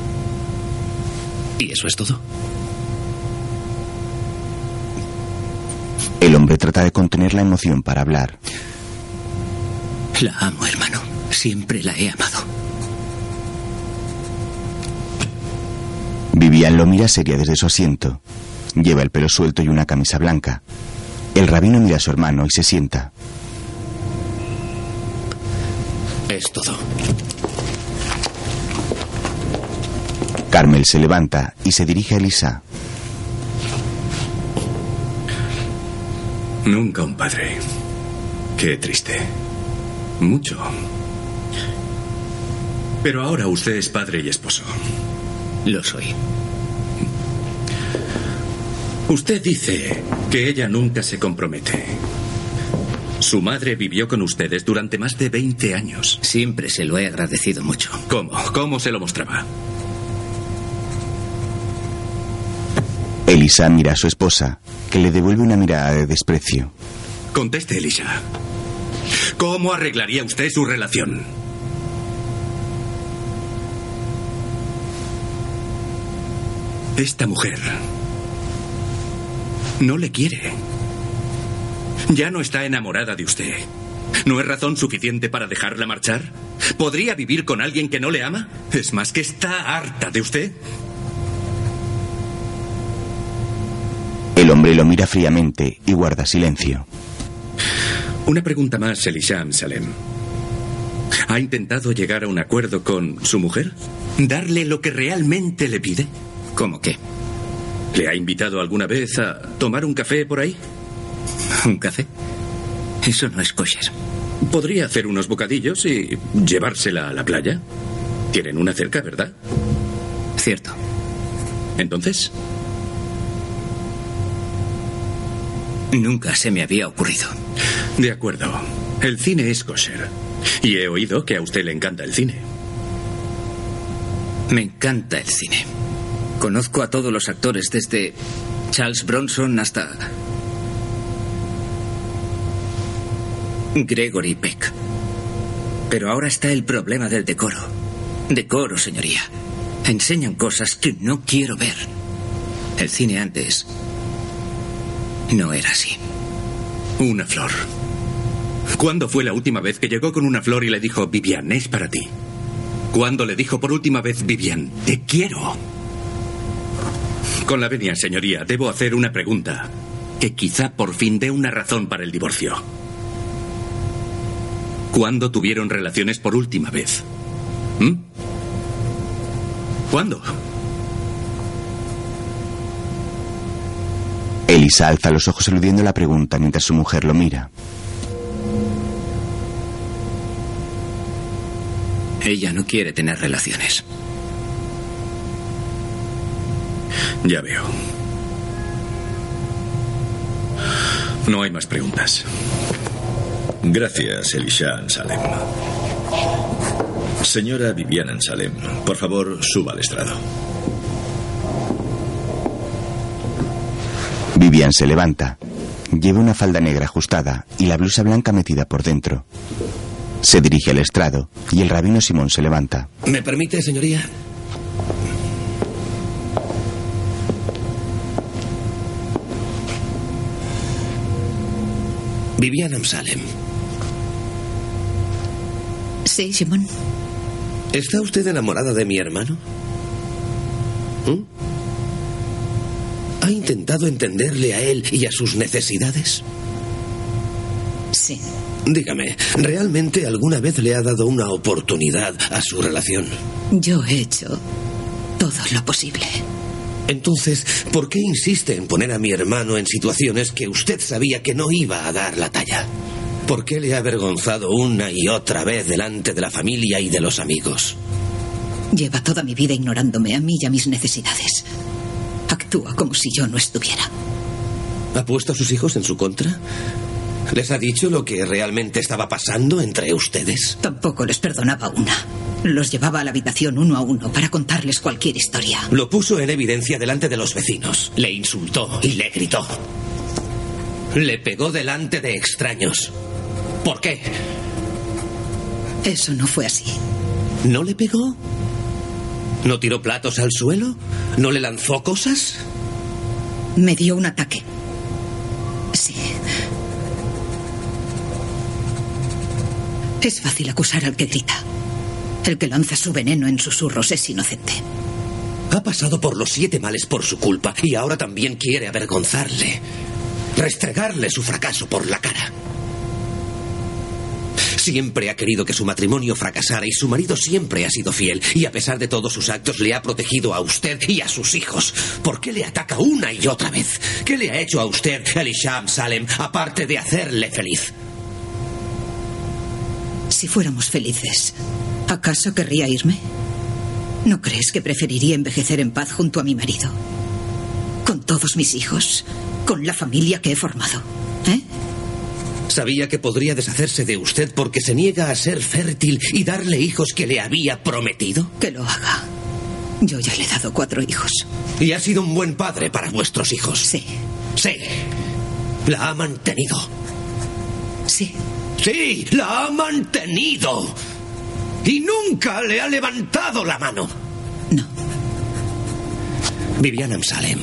¿Y eso es todo? El hombre trata de contener la emoción para hablar. La amo, hermano. Siempre la he amado. Vivian lo mira seria desde su asiento. Lleva el pelo suelto y una camisa blanca. El rabino mira a su hermano y se sienta. Es todo. Carmel se levanta y se dirige a Elisa. Nunca un padre. Qué triste. Mucho. Pero ahora usted es padre y esposo. Lo soy. Usted dice que ella nunca se compromete. Su madre vivió con ustedes durante más de veinte años. Siempre se lo he agradecido mucho. ¿Cómo? ¿Cómo se lo mostraba? Elisa mira a su esposa, que le devuelve una mirada de desprecio. Conteste, Elisa. ¿Cómo arreglaría usted su relación? Esta mujer no le quiere. Ya no está enamorada de usted. ¿No es razón suficiente para dejarla marchar? ¿Podría vivir con alguien que no le ama? Es más, que está harta de usted. El hombre lo mira fríamente y guarda silencio. Una pregunta más, Elisham Salem. ¿Ha intentado llegar a un acuerdo con su mujer? ¿Darle lo que realmente le pide? ¿Cómo qué? ¿Le ha invitado alguna vez a tomar un café por ahí? ¿Un café? Eso no es kosher. Podría hacer unos bocadillos y llevársela a la playa. Tienen una cerca, ¿verdad? Cierto. ¿Entonces? Nunca se me había ocurrido. De acuerdo. El cine es kosher. Y he oído que a usted le encanta el cine. Me encanta el cine. Conozco a todos los actores, desde Charles Bronson hasta Gregory Peck. Pero ahora está el problema del decoro. Decoro, señoría. Enseñan cosas que no quiero ver. El cine antes no era así. Una flor. ¿Cuándo fue la última vez que llegó con una flor y le dijo, Vivian, es para ti? ¿Cuándo le dijo por última vez, Vivian, te quiero? Con la venia, señoría, debo hacer una pregunta que quizá por fin dé una razón para el divorcio. ¿Cuándo tuvieron relaciones por última vez? ¿Mm? ¿Cuándo? Elisa alza los ojos eludiendo la pregunta mientras su mujer lo mira. Ella no quiere tener relaciones. Ya veo. No hay más preguntas. Gracias, Elisha Salem. Señora Vivian Salem, por favor, suba al estrado. Vivian se levanta. Lleva una falda negra ajustada y la blusa blanca metida por dentro. Se dirige al estrado y el rabino Simón se levanta. ¿Me permite, señoría? Vivian Amsalem. Sí, Simón. ¿Está usted enamorada de mi hermano? ¿Mm? ¿Ha intentado entenderle a él y a sus necesidades? Sí. Dígame, ¿realmente alguna vez le ha dado una oportunidad a su relación? Yo he hecho todo lo posible. Entonces, ¿por qué insiste en poner a mi hermano en situaciones que usted sabía que no iba a dar la talla? ¿Por qué le ha avergonzado una y otra vez delante de la familia y de los amigos? Lleva toda mi vida ignorándome a mí y a mis necesidades. Actúa como si yo no estuviera. ¿Ha puesto a sus hijos en su contra? ¿Les ha dicho lo que realmente estaba pasando entre ustedes? Tampoco les perdonaba una. Los llevaba a la habitación uno a uno para contarles cualquier historia. Lo puso en evidencia delante de los vecinos. Le insultó y le gritó. Le pegó delante de extraños. ¿Por qué? Eso no fue así. ¿No le pegó? ¿No tiró platos al suelo? ¿No le lanzó cosas? Me dio un ataque. Sí. Es fácil acusar al que grita. El que lanza su veneno en susurros es inocente. Ha pasado por los siete males por su culpa y ahora también quiere avergonzarle. Restregarle su fracaso por la cara. Siempre ha querido que su matrimonio fracasara y su marido siempre ha sido fiel. Y a pesar de todos sus actos le ha protegido a usted y a sus hijos. ¿Por qué le ataca una y otra vez? ¿Qué le ha hecho a usted, Elisha Amsalem, aparte de hacerle feliz? Si fuéramos felices, ¿acaso querría irme? ¿No crees que preferiría envejecer en paz junto a mi marido? Con todos mis hijos, con la familia que he formado, ¿eh? Sabía que podría deshacerse de usted porque se niega a ser fértil y darle hijos que le había prometido. Que lo haga. Yo ya le he dado cuatro hijos. ¿Y ha sido un buen padre para vuestros hijos? Sí. Sí. ¿La ha mantenido? Sí. Sí, la ha mantenido. Y nunca le ha levantado la mano. No. Vivian Amsalem.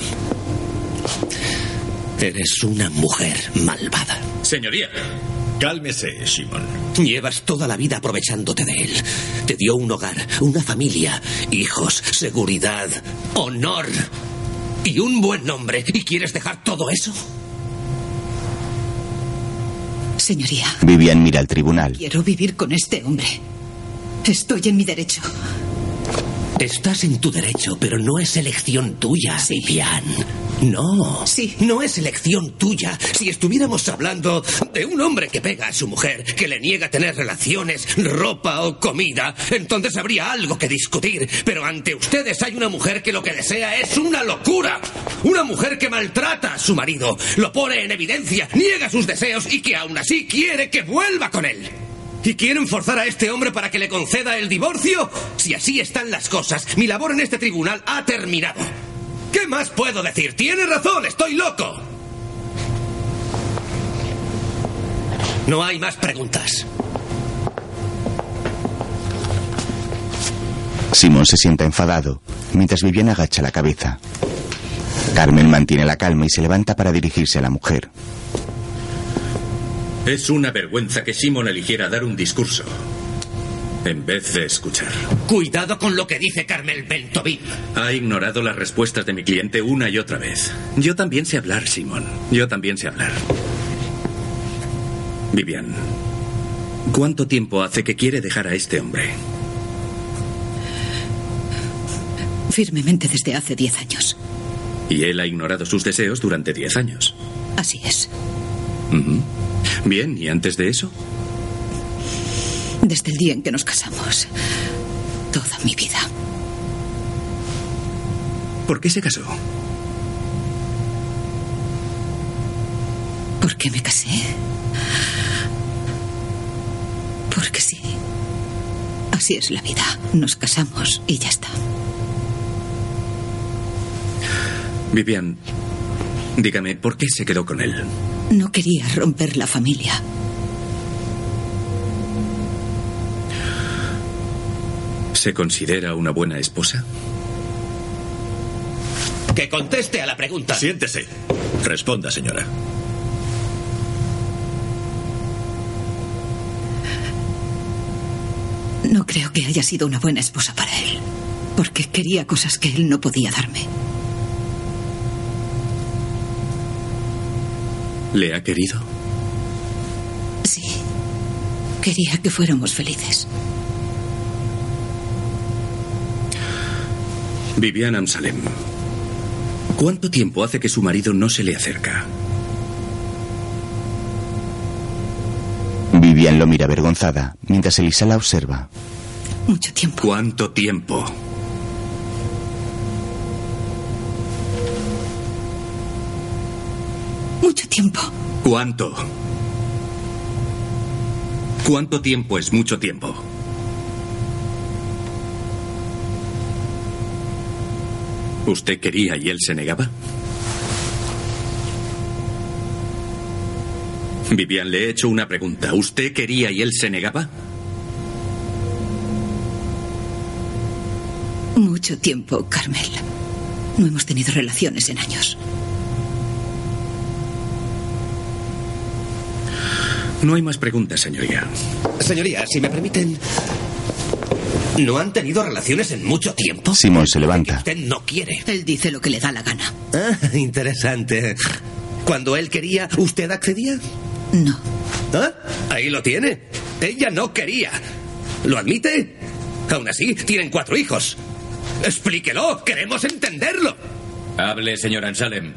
Eres una mujer malvada. Señoría. Cálmese, Simón. Llevas toda la vida aprovechándote de él. Te dio un hogar, una familia, hijos, seguridad, honor y un buen nombre. ¿Y quieres dejar todo eso? Señoría. Vivian mira al tribunal. Quiero vivir con este hombre. Estoy en mi derecho. Estás en tu derecho, pero no es elección tuya, sí. Vivian. No. Sí. No es elección tuya. Si estuviéramos hablando de un hombre que pega a su mujer, que le niega tener relaciones, ropa o comida, entonces habría algo que discutir. Pero ante ustedes hay una mujer que lo que desea es una locura. Una mujer que maltrata a su marido, lo pone en evidencia, niega sus deseos y que aún así quiere que vuelva con él. ¿Y quieren forzar a este hombre para que le conceda el divorcio? Si así están las cosas, mi labor en este tribunal ha terminado. ¿Qué más puedo decir? Tiene razón, estoy loco. No hay más preguntas. Simón se sienta enfadado, mientras Vivian agacha la cabeza. Carmen mantiene la calma y se levanta para dirigirse a la mujer. Es una vergüenza que Simón eligiera dar un discurso en vez de escuchar. Cuidado con lo que dice Carmel Ben-Tobim. Ha ignorado las respuestas de mi cliente una y otra vez. Yo también sé hablar, Simón. Yo también sé hablar. Vivian, ¿cuánto tiempo hace que quiere dejar a este hombre? Firmemente desde hace diez años. Y él ha ignorado sus deseos durante diez años. Así es. Uh-huh. Bien, ¿y antes de eso? Desde el día en que nos casamos. Toda mi vida. ¿Por qué se casó? ¿Por qué me casé? Porque sí. Así es la vida. Nos casamos y ya está. Vivian, dígame, ¿por qué se quedó con él? No quería romper la familia. ¿Se considera una buena esposa? Que conteste a la pregunta. Siéntese. Responda, señora. No creo que haya sido una buena esposa para él, porque quería cosas que él no podía darme. ¿Le ha querido? Sí. Quería que fuéramos felices. Vivian Amsalem, ¿cuánto tiempo hace que su marido no se le acerca? Vivian lo mira avergonzada, mientras Elisa la observa. Mucho tiempo. ¿Cuánto tiempo? Mucho tiempo. ¿Cuánto? ¿Cuánto tiempo es mucho tiempo? ¿Usted quería y él se negaba? Vivian, le he hecho una pregunta. ¿Usted quería y él se negaba? Mucho tiempo, Carmel. No hemos tenido relaciones en años. No hay más preguntas, señoría. Señoría, si me permiten... ¿No han tenido relaciones en mucho tiempo? Simón se levanta. Usted no quiere. Él dice lo que le da la gana. Ah, interesante. Cuando él quería, ¿usted accedía? No. ¿Ah? Ahí lo tiene. Ella no quería. ¿Lo admite? Aún así, tienen cuatro hijos. Explíquelo. Queremos entenderlo. Hable, señor Amsalem.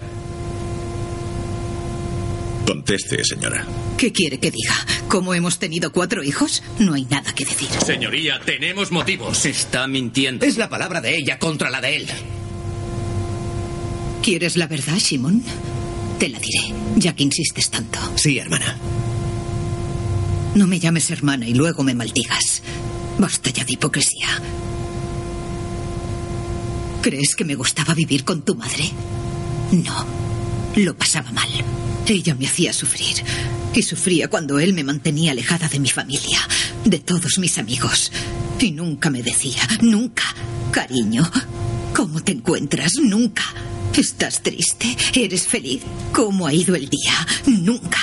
Conteste, señora. ¿Qué quiere que diga? ¿Cómo hemos tenido cuatro hijos? No hay nada que decir. Señoría, tenemos motivos. Está mintiendo. Es la palabra de ella contra la de él. ¿Quieres la verdad, Shimon? Te la diré, ya que insistes tanto. Sí, hermana. No me llames hermana y luego me maldigas. Basta ya de hipocresía. ¿Crees que me gustaba vivir con tu madre? No. Lo pasaba mal. Ella me hacía sufrir. Y sufría cuando él me mantenía alejada de mi familia, de todos mis amigos. Y nunca me decía, nunca, cariño, ¿cómo te encuentras? Nunca. ¿Estás triste? ¿Eres feliz? ¿Cómo ha ido el día? Nunca.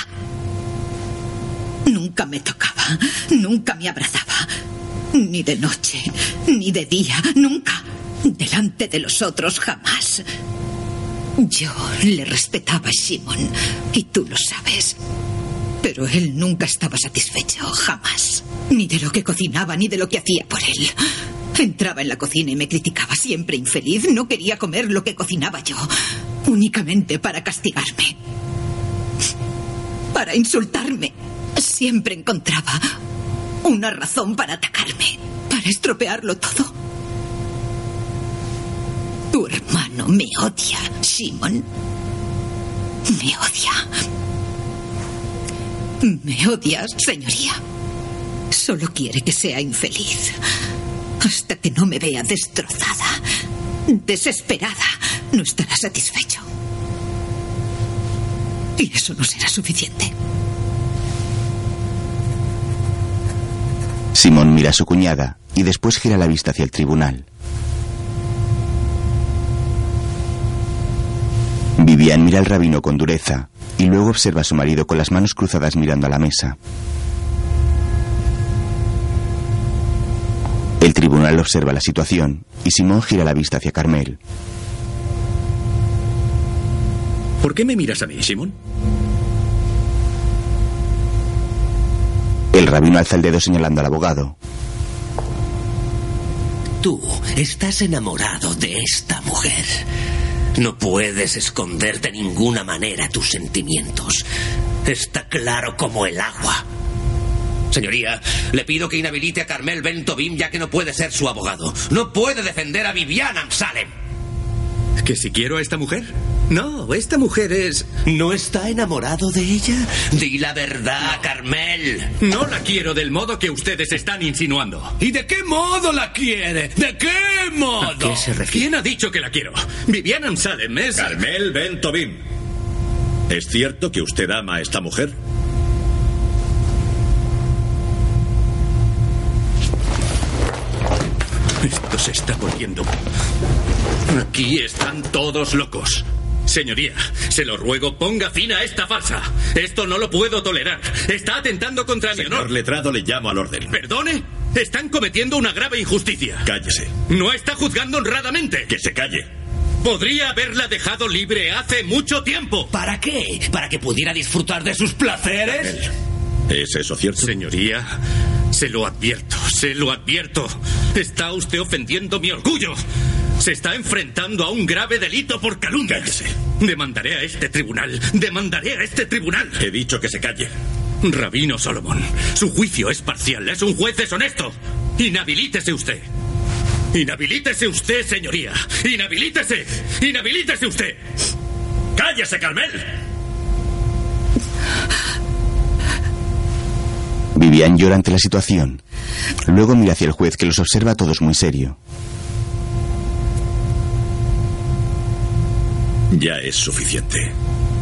Nunca me tocaba, nunca me abrazaba. Ni de noche, ni de día, nunca. Delante de los otros, jamás. Yo le respetaba a Shimon, y tú lo sabes. Pero él nunca estaba satisfecho, jamás. Ni de lo que cocinaba, ni de lo que hacía por él. Entraba en la cocina y me criticaba, siempre infeliz. No quería comer lo que cocinaba yo, únicamente para castigarme, para insultarme. Siempre encontraba una razón para atacarme, para estropearlo todo. Tu hermano me odia, Shimon. Me odia. Me odias, señoría. Solo quiere que sea infeliz. Hasta que no me vea destrozada, desesperada, no estará satisfecho. Y eso no será suficiente. Simón mira a su cuñada y después gira la vista hacia el tribunal. Vivian mira al rabino con dureza y luego observa a su marido con las manos cruzadas mirando a la mesa. El tribunal observa la situación y Simón gira la vista hacia Carmel. ¿Por qué me miras a mí, Simón? El rabino alza el dedo señalando al abogado. Tú estás enamorado de esta mujer. No puedes esconder de ninguna manera tus sentimientos. Está claro como el agua. Señoría, le pido que inhabilite a Carmel Ben Tobim, ya que no puede ser su abogado. No puede defender a Vivian Amsalem. ¿Que si quiero a esta mujer? No, esta mujer es... ¿No está enamorado de ella? Di la verdad, no. Carmel. No la quiero del modo que ustedes están insinuando. ¿Y de qué modo la quiere? ¿De qué modo? ¿A qué se refiere? ¿Quién ha dicho que la quiero? Vivian Amsallem es... Carmel Ben Tobim. ¿Es cierto que usted ama a esta mujer? Esto se está volviendo... Aquí están todos locos. Señoría, se lo ruego, ponga fin a esta farsa. Esto no lo puedo tolerar. Está atentando contra mi honor. Señor letrado, le llamo al orden. ¿Perdone? Están cometiendo una grave injusticia. Cállese. No está juzgando honradamente. Que se calle. Podría haberla dejado libre hace mucho tiempo. ¿Para qué? ¿Para que pudiera disfrutar de sus placeres? ¿Es eso cierto? Señoría, se lo advierto, se lo advierto. Está usted ofendiendo mi orgullo. Se está enfrentando a un grave delito por calumnia. Cállese. Demandaré a este tribunal. Demandaré a este tribunal. He dicho que se calle. Rabino Solomon, su juicio es parcial. Es un juez deshonesto. Inhabilítese usted. Inhabilítese usted, señoría. Inhabilítese. Inhabilítese usted. ¡Cállese, Carmel! Vivian llora ante la situación. Luego mira hacia el juez, que los observa a todos muy serio. Ya es suficiente.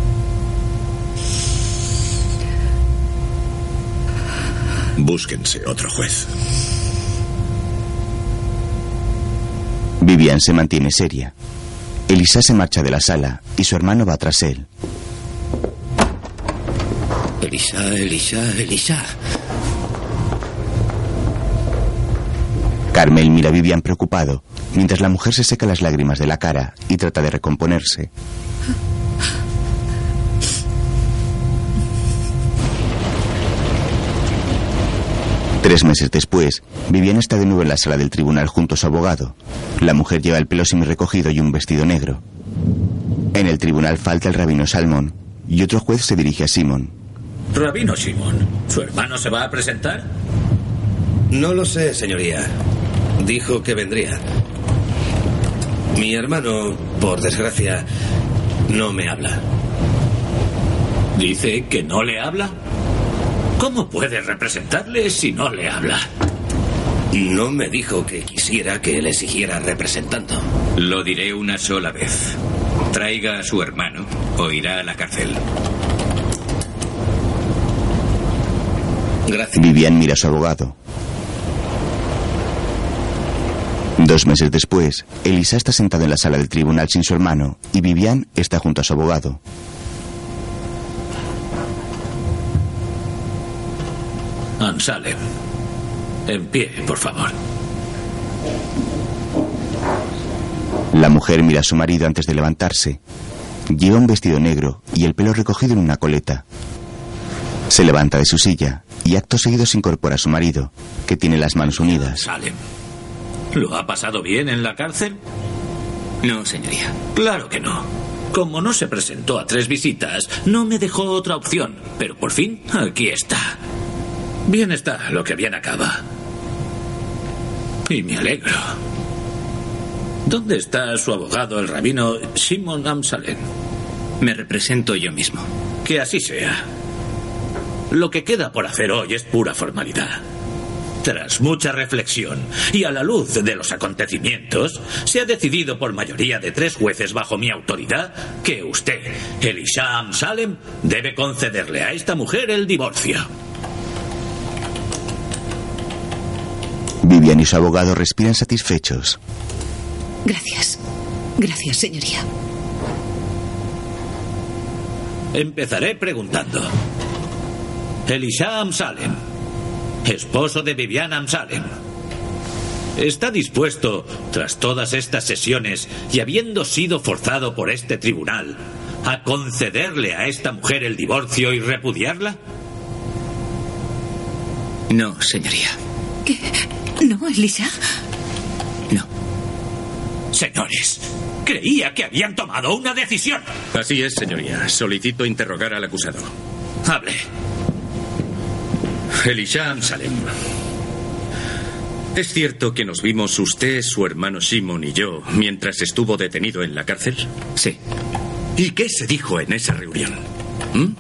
Búsquense otro juez. Vivian se mantiene seria. Elisa se marcha de la sala y su hermano va tras él. Elisa, Elisa, Elisa. Carmel mira a Vivian preocupado, mientras la mujer se seca las lágrimas de la cara y trata de recomponerse. Tres meses después, Vivian está de nuevo en la sala del tribunal junto a su abogado. La mujer lleva el pelo semi-recogido y un vestido negro. En el tribunal falta el rabino Salmón y otro juez se dirige a Simon. Rabino Simon, ¿su hermano se va a presentar? No lo sé, señoría. Dijo que vendría. Mi hermano, por desgracia, no me habla. ¿Dice que no le habla? ¿Cómo puede representarle si no le habla? No me dijo que quisiera que le siguiera representando. Lo diré una sola vez. Traiga a su hermano o irá a la cárcel. Gracias. Vivian mira a su abogado. Dos meses después, Elisa está sentada en la sala del tribunal sin su hermano y Vivian está junto a su abogado. Amsallem, en pie, por favor. La mujer mira a su marido antes de levantarse. Lleva un vestido negro y el pelo recogido en una coleta. Se levanta de su silla y acto seguido se incorpora a su marido, que tiene las manos unidas. Amsallem, ¿lo ha pasado bien en la cárcel? No, señoría. Claro que no. Como no se presentó a tres visitas, no me dejó otra opción. Pero por fin, aquí está. Bien está lo que bien acaba. Y me alegro. ¿Dónde está su abogado, el rabino Simon Amsallem? Me represento yo mismo. Que así sea. Lo que queda por hacer hoy es pura formalidad. Tras mucha reflexión y a la luz de los acontecimientos, se ha decidido por mayoría de tres jueces bajo mi autoridad que usted, Elisa Amsallem, debe concederle a esta mujer el divorcio. Vivian y su abogado respiran satisfechos. Gracias. Gracias, señoría. Empezaré preguntando. Elisa Amsallem, esposo de Vivian Amsallem, ¿está dispuesto, tras todas estas sesiones y habiendo sido forzado por este tribunal, a concederle a esta mujer el divorcio y repudiarla? No, señoría. ¿Qué? ¿No, Elisa? No. Señores, creía que habían tomado una decisión. Así es, señoría. Solicito interrogar al acusado. Hable. Elisa Amsallem. ¿Es cierto que nos vimos usted, su hermano Simon y yo mientras estuvo detenido en la cárcel? Sí. ¿Y qué se dijo en esa reunión? ¿Mm?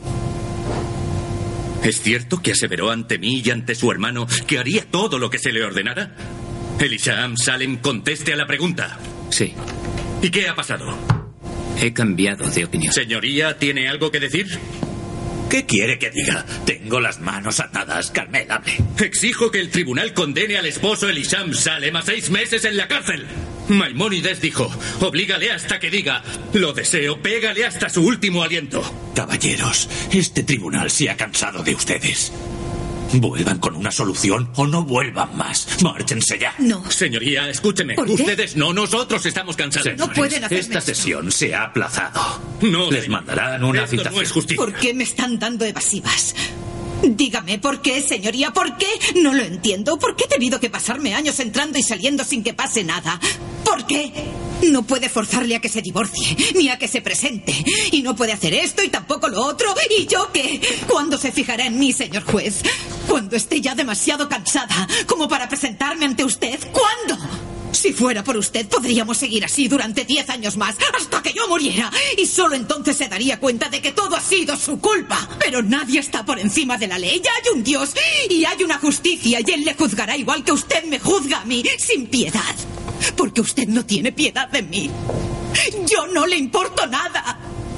¿Es cierto que aseveró ante mí y ante su hermano que haría todo lo que se le ordenara? Elisham Salem, conteste a la pregunta. Sí. ¿Y qué ha pasado? He cambiado de opinión. Señoría, ¿tiene algo que decir? ¿Qué quiere que diga? Tengo las manos atadas. Carmel, hable. Exijo que el tribunal condene al esposo Elisham Salem a seis meses en la cárcel. Maimónides dijo, oblígale hasta que diga, lo deseo, pégale hasta su último aliento. Caballeros, este tribunal se ha cansado de ustedes. Vuelvan con una solución o no vuelvan más. Márchense ya. No. Señoría, escúcheme. Ustedes no, nosotros estamos cansados. Señores, no pueden hacerme esta esto. sesión se ha aplazado. No. Les mandarán una Esto citación. no es justicia. ¿Por qué me están dando evasivas? Dígame, ¿por qué, señoría? ¿Por qué? No lo entiendo. ¿Por qué he tenido que pasarme años entrando y saliendo sin que pase nada? ¿Por qué? No puede forzarle a que se divorcie, ni a que se presente. Y no puede hacer esto y tampoco lo otro. ¿Y yo qué? ¿Cuándo se fijará en mí, señor juez? ¿Cuando esté ya demasiado cansada como para presentarme ante usted? ¿Cuándo? Si fuera por usted, podríamos seguir así durante diez años más, hasta que yo muriera. Y solo entonces se daría cuenta de que todo ha sido su culpa. Pero nadie está por encima de la ley. Ya hay un Dios y hay una justicia, y Él le juzgará igual que usted me juzga a mí, sin piedad. Porque usted no tiene piedad de mí. Yo no le importo nada.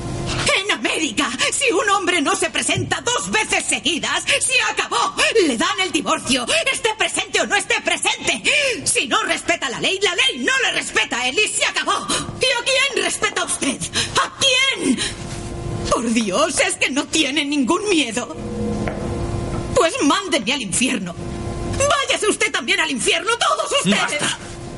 En América, si un hombre no se presenta dos veces seguidas, se acabó. Le dan el divorcio, esté presente o no esté presente. Si no respeta la ley, la ley no le respeta a él y se acabó. ¿Y a quién respeta usted? ¿A quién? Por Dios, es que no tiene ningún miedo. Pues mándeme al infierno. Váyase usted también al infierno, todos ustedes. ¡Basta!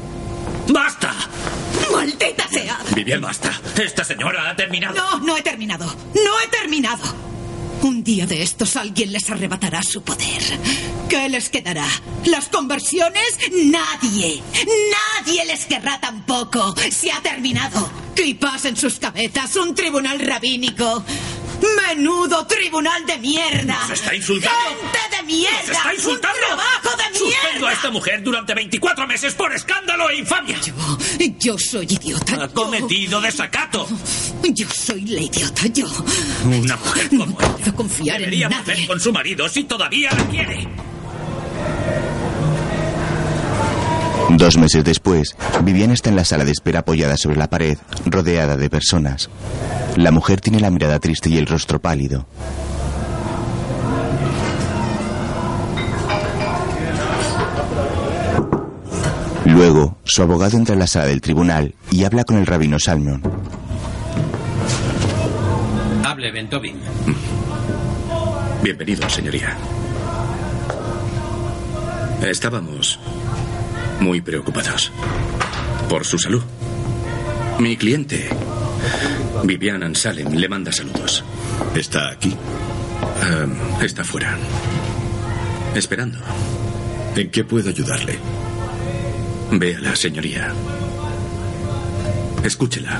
¡Basta! ¡Maldita sea! Vivian, basta. Esta señora ha terminado. No, no he terminado. No he terminado. Un día de estos alguien les arrebatará su poder. ¿Qué les quedará? ¿Las conversiones? Nadie. Nadie les querrá tampoco. Se ha terminado. Y pasa en sus cabezas un tribunal rabínico. ¡Menudo tribunal de mierda! ¡Nos está insultando! ¡Gente de mierda! ¡Nos está insultando! ¡Un trabajo de mierda! ¡Suspendo a esta mujer durante veinticuatro meses por escándalo e infamia! Yo, yo soy idiota. ¡Ha cometido desacato! Yo soy la idiota, yo. Una mujer como no puedo ella confiar debería en nadie. volver con su marido si todavía la quiere. Dos meses después, Vivian está en la sala de espera apoyada sobre la pared, rodeada de personas. La mujer tiene la mirada triste y el rostro pálido. Luego, su abogado entra en la sala del tribunal y habla con el rabino Salmon. Hable, Bentovim. Bienvenido, señoría. Estábamos muy preocupados por su salud. Mi cliente, Vivian Ansalem, le manda saludos. ¿Está aquí? Uh, está fuera. Esperando. ¿En qué puedo ayudarle? Véala, señoría. Escúchela.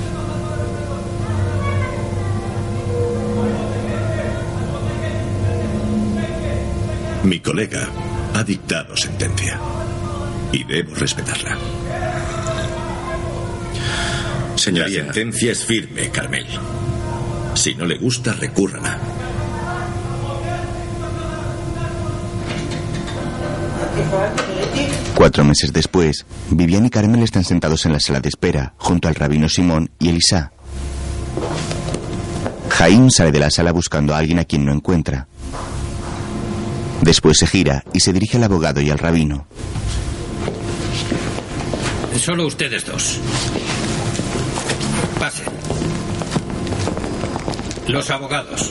Mi colega ha dictado sentencia y debo respetarla. Señoría. La sentencia es firme, Carmel. Si no le gusta, recúrrala. Cuatro meses después, Vivian y Carmel están sentados en la sala de espera, junto al rabino Simón y Elisa. Jaim sale de la sala buscando a alguien a quien no encuentra. Después se gira y se dirige al abogado y al rabino. Solo ustedes dos. Pasen. Los abogados.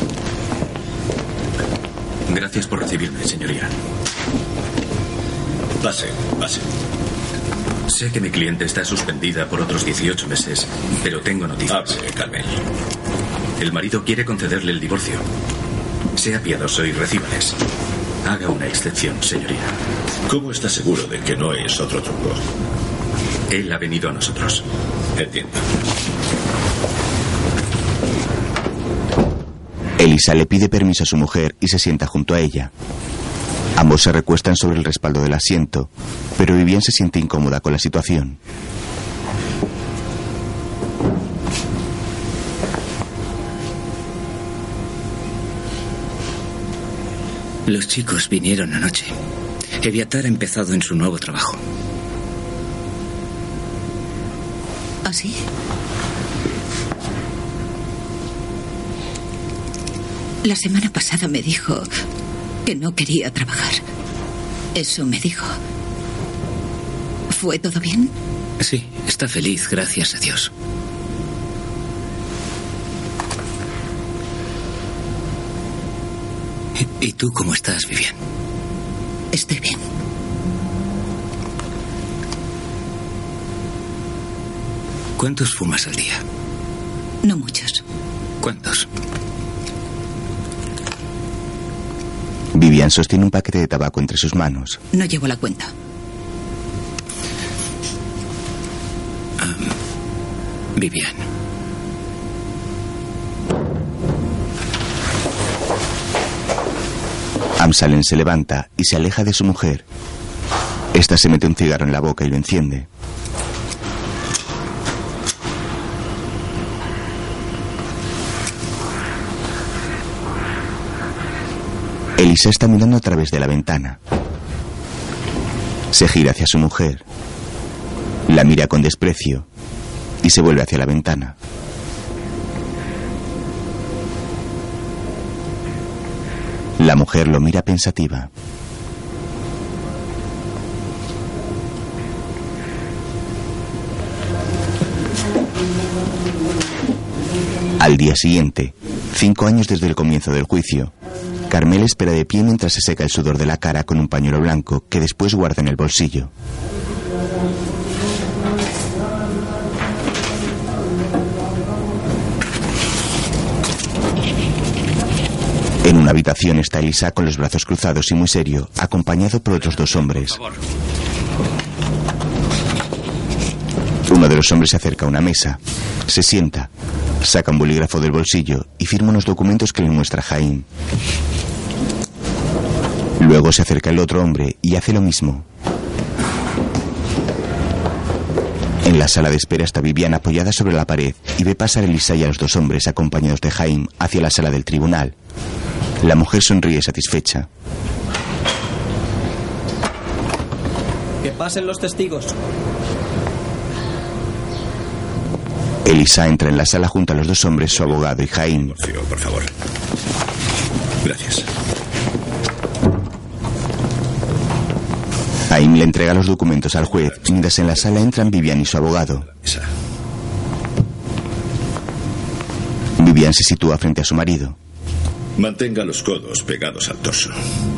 Gracias por recibirme, señoría. Pase, pase. Sé que mi cliente está suspendida por otros dieciocho meses, pero tengo noticias. Hable, Carmel. El marido quiere concederle el divorcio. Sea piadoso y recíbales. Haga una excepción, señoría. ¿Cómo está seguro de que no es otro truco? Él ha venido a nosotros. Entiendo. Elisa le pide permiso a su mujer y se sienta junto a ella. Ambos se recuestan sobre el respaldo del asiento, pero Vivian se siente incómoda con la situación. Los chicos vinieron anoche. Eviatar ha empezado en su nuevo trabajo. ¿Ah, sí? La semana pasada me dijo que no quería trabajar. Eso me dijo. ¿Fue todo bien? Sí, está feliz, gracias a Dios. ¿Y tú cómo estás, Vivian? Estoy bien. ¿Cuántos fumas al día? No muchos. ¿Cuántos? Vivian sostiene un paquete de tabaco entre sus manos. No llevo la cuenta. Um, Vivian. Amsalen se levanta y se aleja de su mujer. Esta se mete un cigarro en la boca y lo enciende. Elisa está mirando a través de la ventana. Se gira hacia su mujer. La mira con desprecio y se vuelve hacia la ventana. La mujer lo mira pensativa. Al día siguiente, cinco años desde el comienzo del juicio, Carmel espera de pie mientras se seca el sudor de la cara con un pañuelo blanco que después guarda en el bolsillo. En una habitación está Elisa con los brazos cruzados y muy serio, acompañado por otros dos hombres. Uno de los hombres se acerca a una mesa, se sienta, saca un bolígrafo del bolsillo y firma unos documentos que le muestra Jaime. Luego se acerca el otro hombre y hace lo mismo. En la sala de espera está Vivian apoyada sobre la pared y ve pasar a Elisa y a los dos hombres acompañados de Jaime hacia la sala del tribunal. La mujer sonríe satisfecha. Que pasen los testigos. Elisa entra en la sala junto a los dos hombres, su abogado y Jaime. Por favor. Gracias. Jaime le entrega los documentos al juez, mientras en la sala entran Vivian y su abogado. Vivian se sitúa frente a su marido. Mantenga los codos pegados al torso.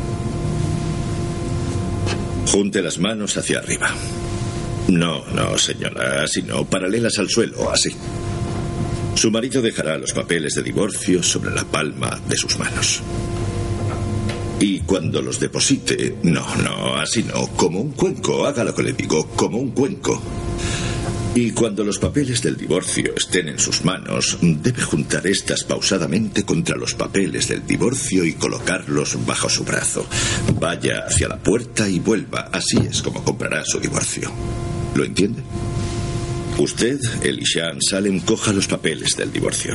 Junte las manos hacia arriba. No, no, señora, así no, paralelas al suelo, así. Su marido dejará los papeles de divorcio sobre la palma de sus manos. Y cuando los deposite, no, no, así no, como un cuenco, haga lo que le digo, como un cuenco. Y cuando los papeles del divorcio estén en sus manos, debe juntar estas pausadamente contra los papeles del divorcio y colocarlos bajo su brazo. Vaya hacia la puerta y vuelva, así es como comprará su divorcio. ¿Lo entiende? Usted, Elisha Salem, coja los papeles del divorcio.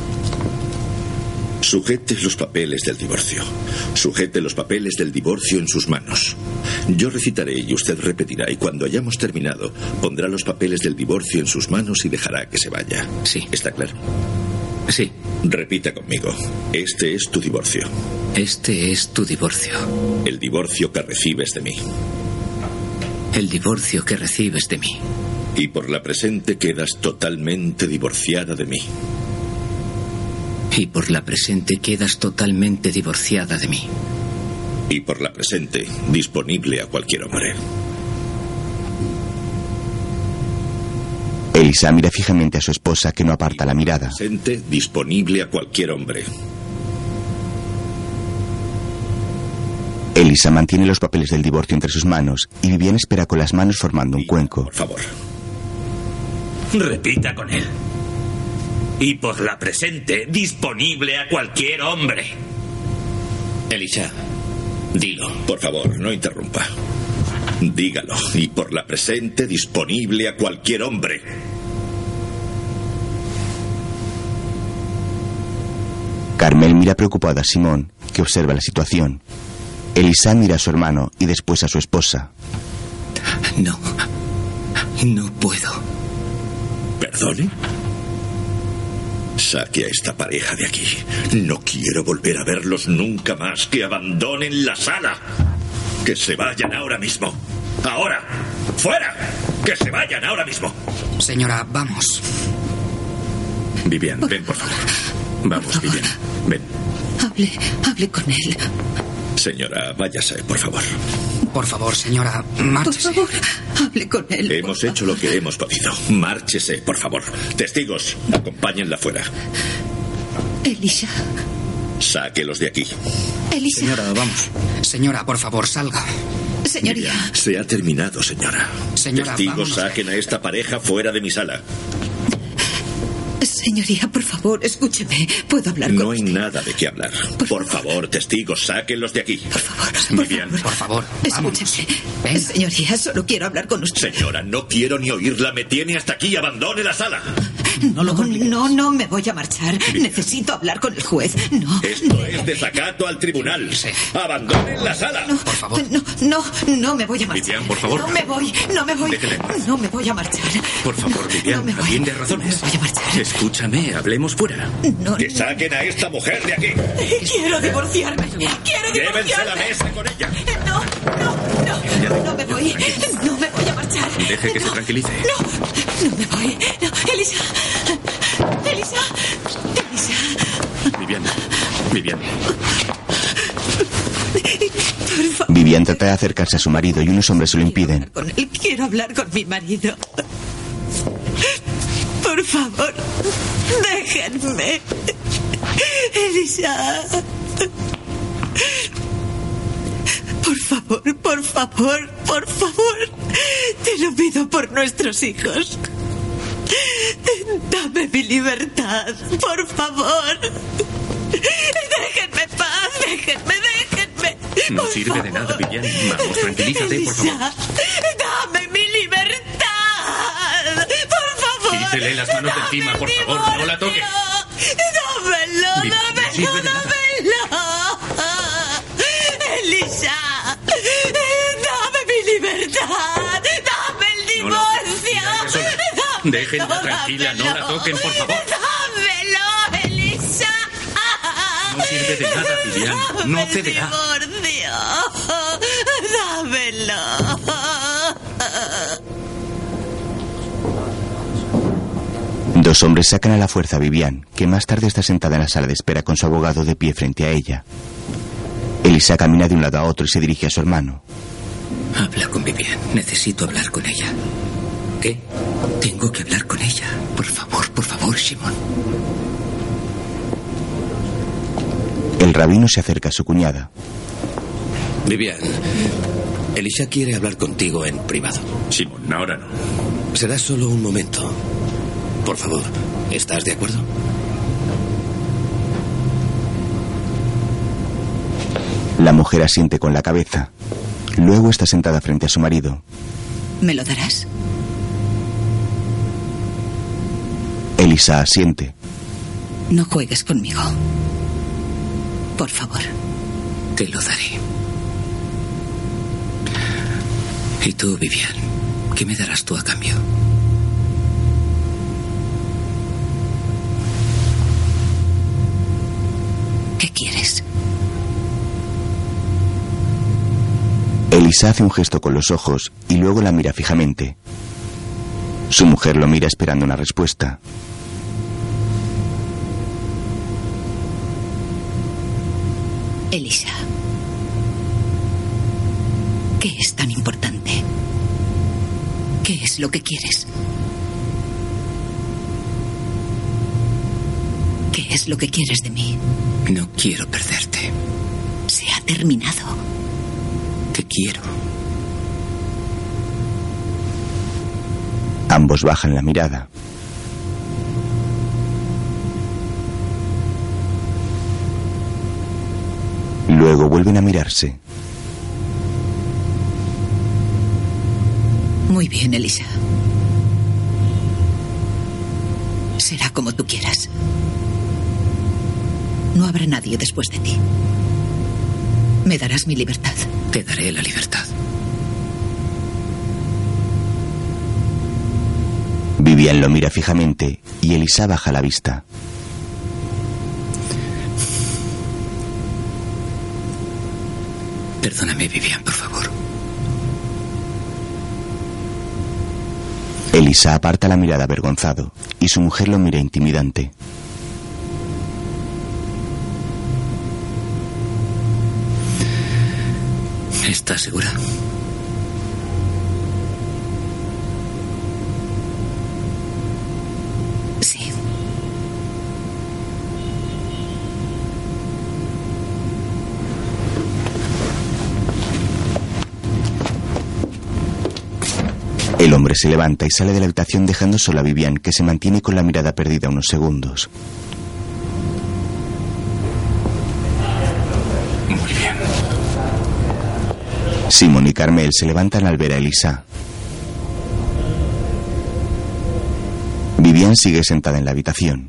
Sujete los papeles del divorcio. Sujete los papeles del divorcio en sus manos. Yo recitaré y usted repetirá, y cuando hayamos terminado, pondrá los papeles del divorcio en sus manos y dejará que se vaya. Sí. ¿Está claro? Sí. Repita conmigo. Este es tu divorcio. Este es tu divorcio. El divorcio que recibes de mí. El divorcio que recibes de mí. Y por la presente quedas totalmente divorciada de mí. Y por la presente quedas totalmente divorciada de mí. Y por la presente disponible a cualquier hombre. Elisa mira fijamente a su esposa, que no aparta la mirada. Presente disponible a cualquier hombre. Elisa mantiene los papeles del divorcio entre sus manos y Vivian espera con las manos formando un cuenco. Por favor. Repita con él. Y por la presente disponible a cualquier hombre. Elisha, dilo. Por favor, no interrumpa. Dígalo. Y por la presente disponible a cualquier hombre. Carmel mira preocupada a Simón, que observa la situación. Elisa mira a su hermano y después a su esposa. No. No puedo. ¿Perdone? Saque a esta pareja de aquí. No quiero volver a verlos nunca más. Que abandonen la sala. Que se vayan ahora mismo. ¡Ahora! ¡Fuera! ¡Que se vayan ahora mismo! Señora, vamos. Vivian, ven, por favor. Vamos, Vivian, ven. Hable, hable con él. Señora, váyase, por favor. Por favor, señora, márchese. Por favor, hable con él. Hemos hecho lo que hemos podido. Márchese, por favor. Testigos, acompáñenla fuera. Elisa. Sáquelos de aquí. Elisa. Señora, vamos. Señora, por favor, salga. Señoría. Vivian, se ha terminado, señora. Señora, Testigos, vámonos. saquen a esta pareja fuera de mi sala. Señoría, por favor, escúcheme. ¿Puedo hablar con No hay usted? nada de qué hablar. Por, por favor, testigos, sáquenlos de aquí. Por favor, Vivian. Por favor, escúcheme. Señoría, solo quiero hablar con usted. Señora, no quiero ni oírla. Me tiene hasta aquí. Abandone la sala. No, no, no, no me voy a marchar. Necesito hablar con el juez. No. Esto es desacato al tribunal. Abandonen la sala. No, por favor. No, no, no me voy a marchar. Vivian, por favor. No me voy, no me voy. Déjele. No me voy a marchar. Por favor, Vivian, no me voy. atiende razones. No me voy a marchar. Escúchame, hablemos fuera. No, que saquen a esta mujer de aquí. Quiero divorciarme. Quiero Llévense divorciarme. a la mesa con ella. No, no, no. No me voy. No me voy a marchar. Deje que no, se tranquilice. No, no me voy. No, Elisa. Elisa. Elisa. Vivian. Vivian. Vivian trata de acercarse a su marido y unos hombres se lo impiden. Con él. Quiero hablar con mi marido. Por favor, déjenme. Elisa. Por favor, por favor, por favor. Te lo pido por nuestros hijos. Dame mi libertad, por favor. Déjenme en paz, déjenme, déjenme. No sirve de nada, Vivian. Vamos, tranquilízate, por favor. Dame mi libertad. Por favor. Quítele las manos de encima, por favor. No la toque. Dámelo, Vivian, no dámelo, sirve de nada. dámelo. Elisa, dame mi libertad. Dame el No la- divorcio. Mira, sola. Déjenla tranquila, no la toquen, por favor. Dámelo, Elisa. No sirve de nada, Vivian. No cederá. Divorcio. Dámelo. Dos hombres sacan a la fuerza a Vivian, que más tarde está sentada en la sala de espera con su abogado de pie frente a ella. Elisa camina de un lado a otro y se dirige a su hermano. Habla con Vivian. Necesito hablar con ella. ¿Qué? Tengo que hablar con ella. Por favor, por favor, Shimon. El rabino se acerca a su cuñada. Vivian, Elisa quiere hablar contigo en privado. Shimon, ahora no. Será solo un momento. Por favor, ¿estás de acuerdo? La mujer asiente con la cabeza. Luego está sentada frente a su marido. ¿Me lo darás? Elisa asiente. No juegues conmigo. Por favor. Te lo daré. ¿Y tú, Vivian? ¿Qué me darás tú a cambio? ¿Qué quieres? Elisa hace un gesto con los ojos y luego la mira fijamente. Su mujer lo mira esperando una respuesta. Elisa. ¿Qué es tan importante? ¿Qué es lo que quieres? ¿Qué es lo que quieres de mí? No quiero perderte. Se ha terminado. Te quiero. Ambos bajan la mirada. Luego vuelven a mirarse. Muy bien, Elisa. Será como tú quieras. No habrá nadie después de ti. Me darás mi libertad. Te daré la libertad. Vivian lo mira fijamente y Elisa baja la vista. Perdóname, Vivian, por favor. Elisa aparta la mirada avergonzado y su mujer lo mira intimidante. ¿Estás segura? Sí. El hombre se levanta y sale de la habitación dejando sola a Vivian, que se mantiene con la mirada perdida unos segundos. Muy bien. Simon y Carmel se levantan al ver a Elisa. Vivian sigue sentada en la habitación.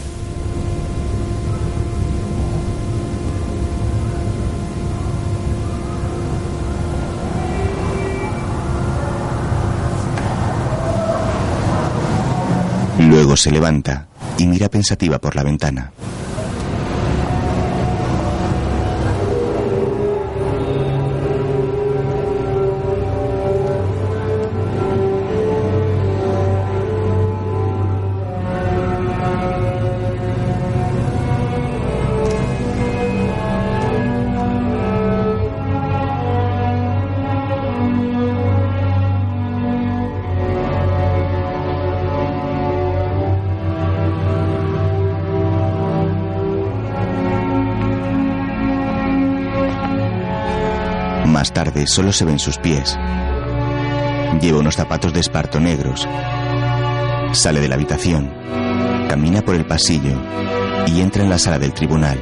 Luego se levanta y mira pensativa por la ventana. Más tarde solo se ven sus pies. Lleva unos zapatos de esparto negros. Sale de la habitación, camina por el pasillo y entra en la sala del tribunal.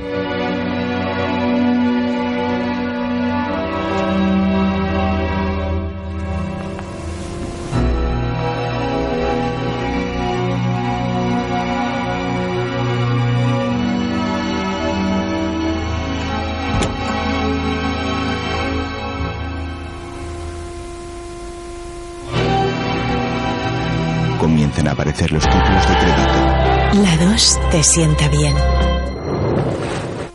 Comienzan a aparecer los títulos de crédito. La dos te sienta bien.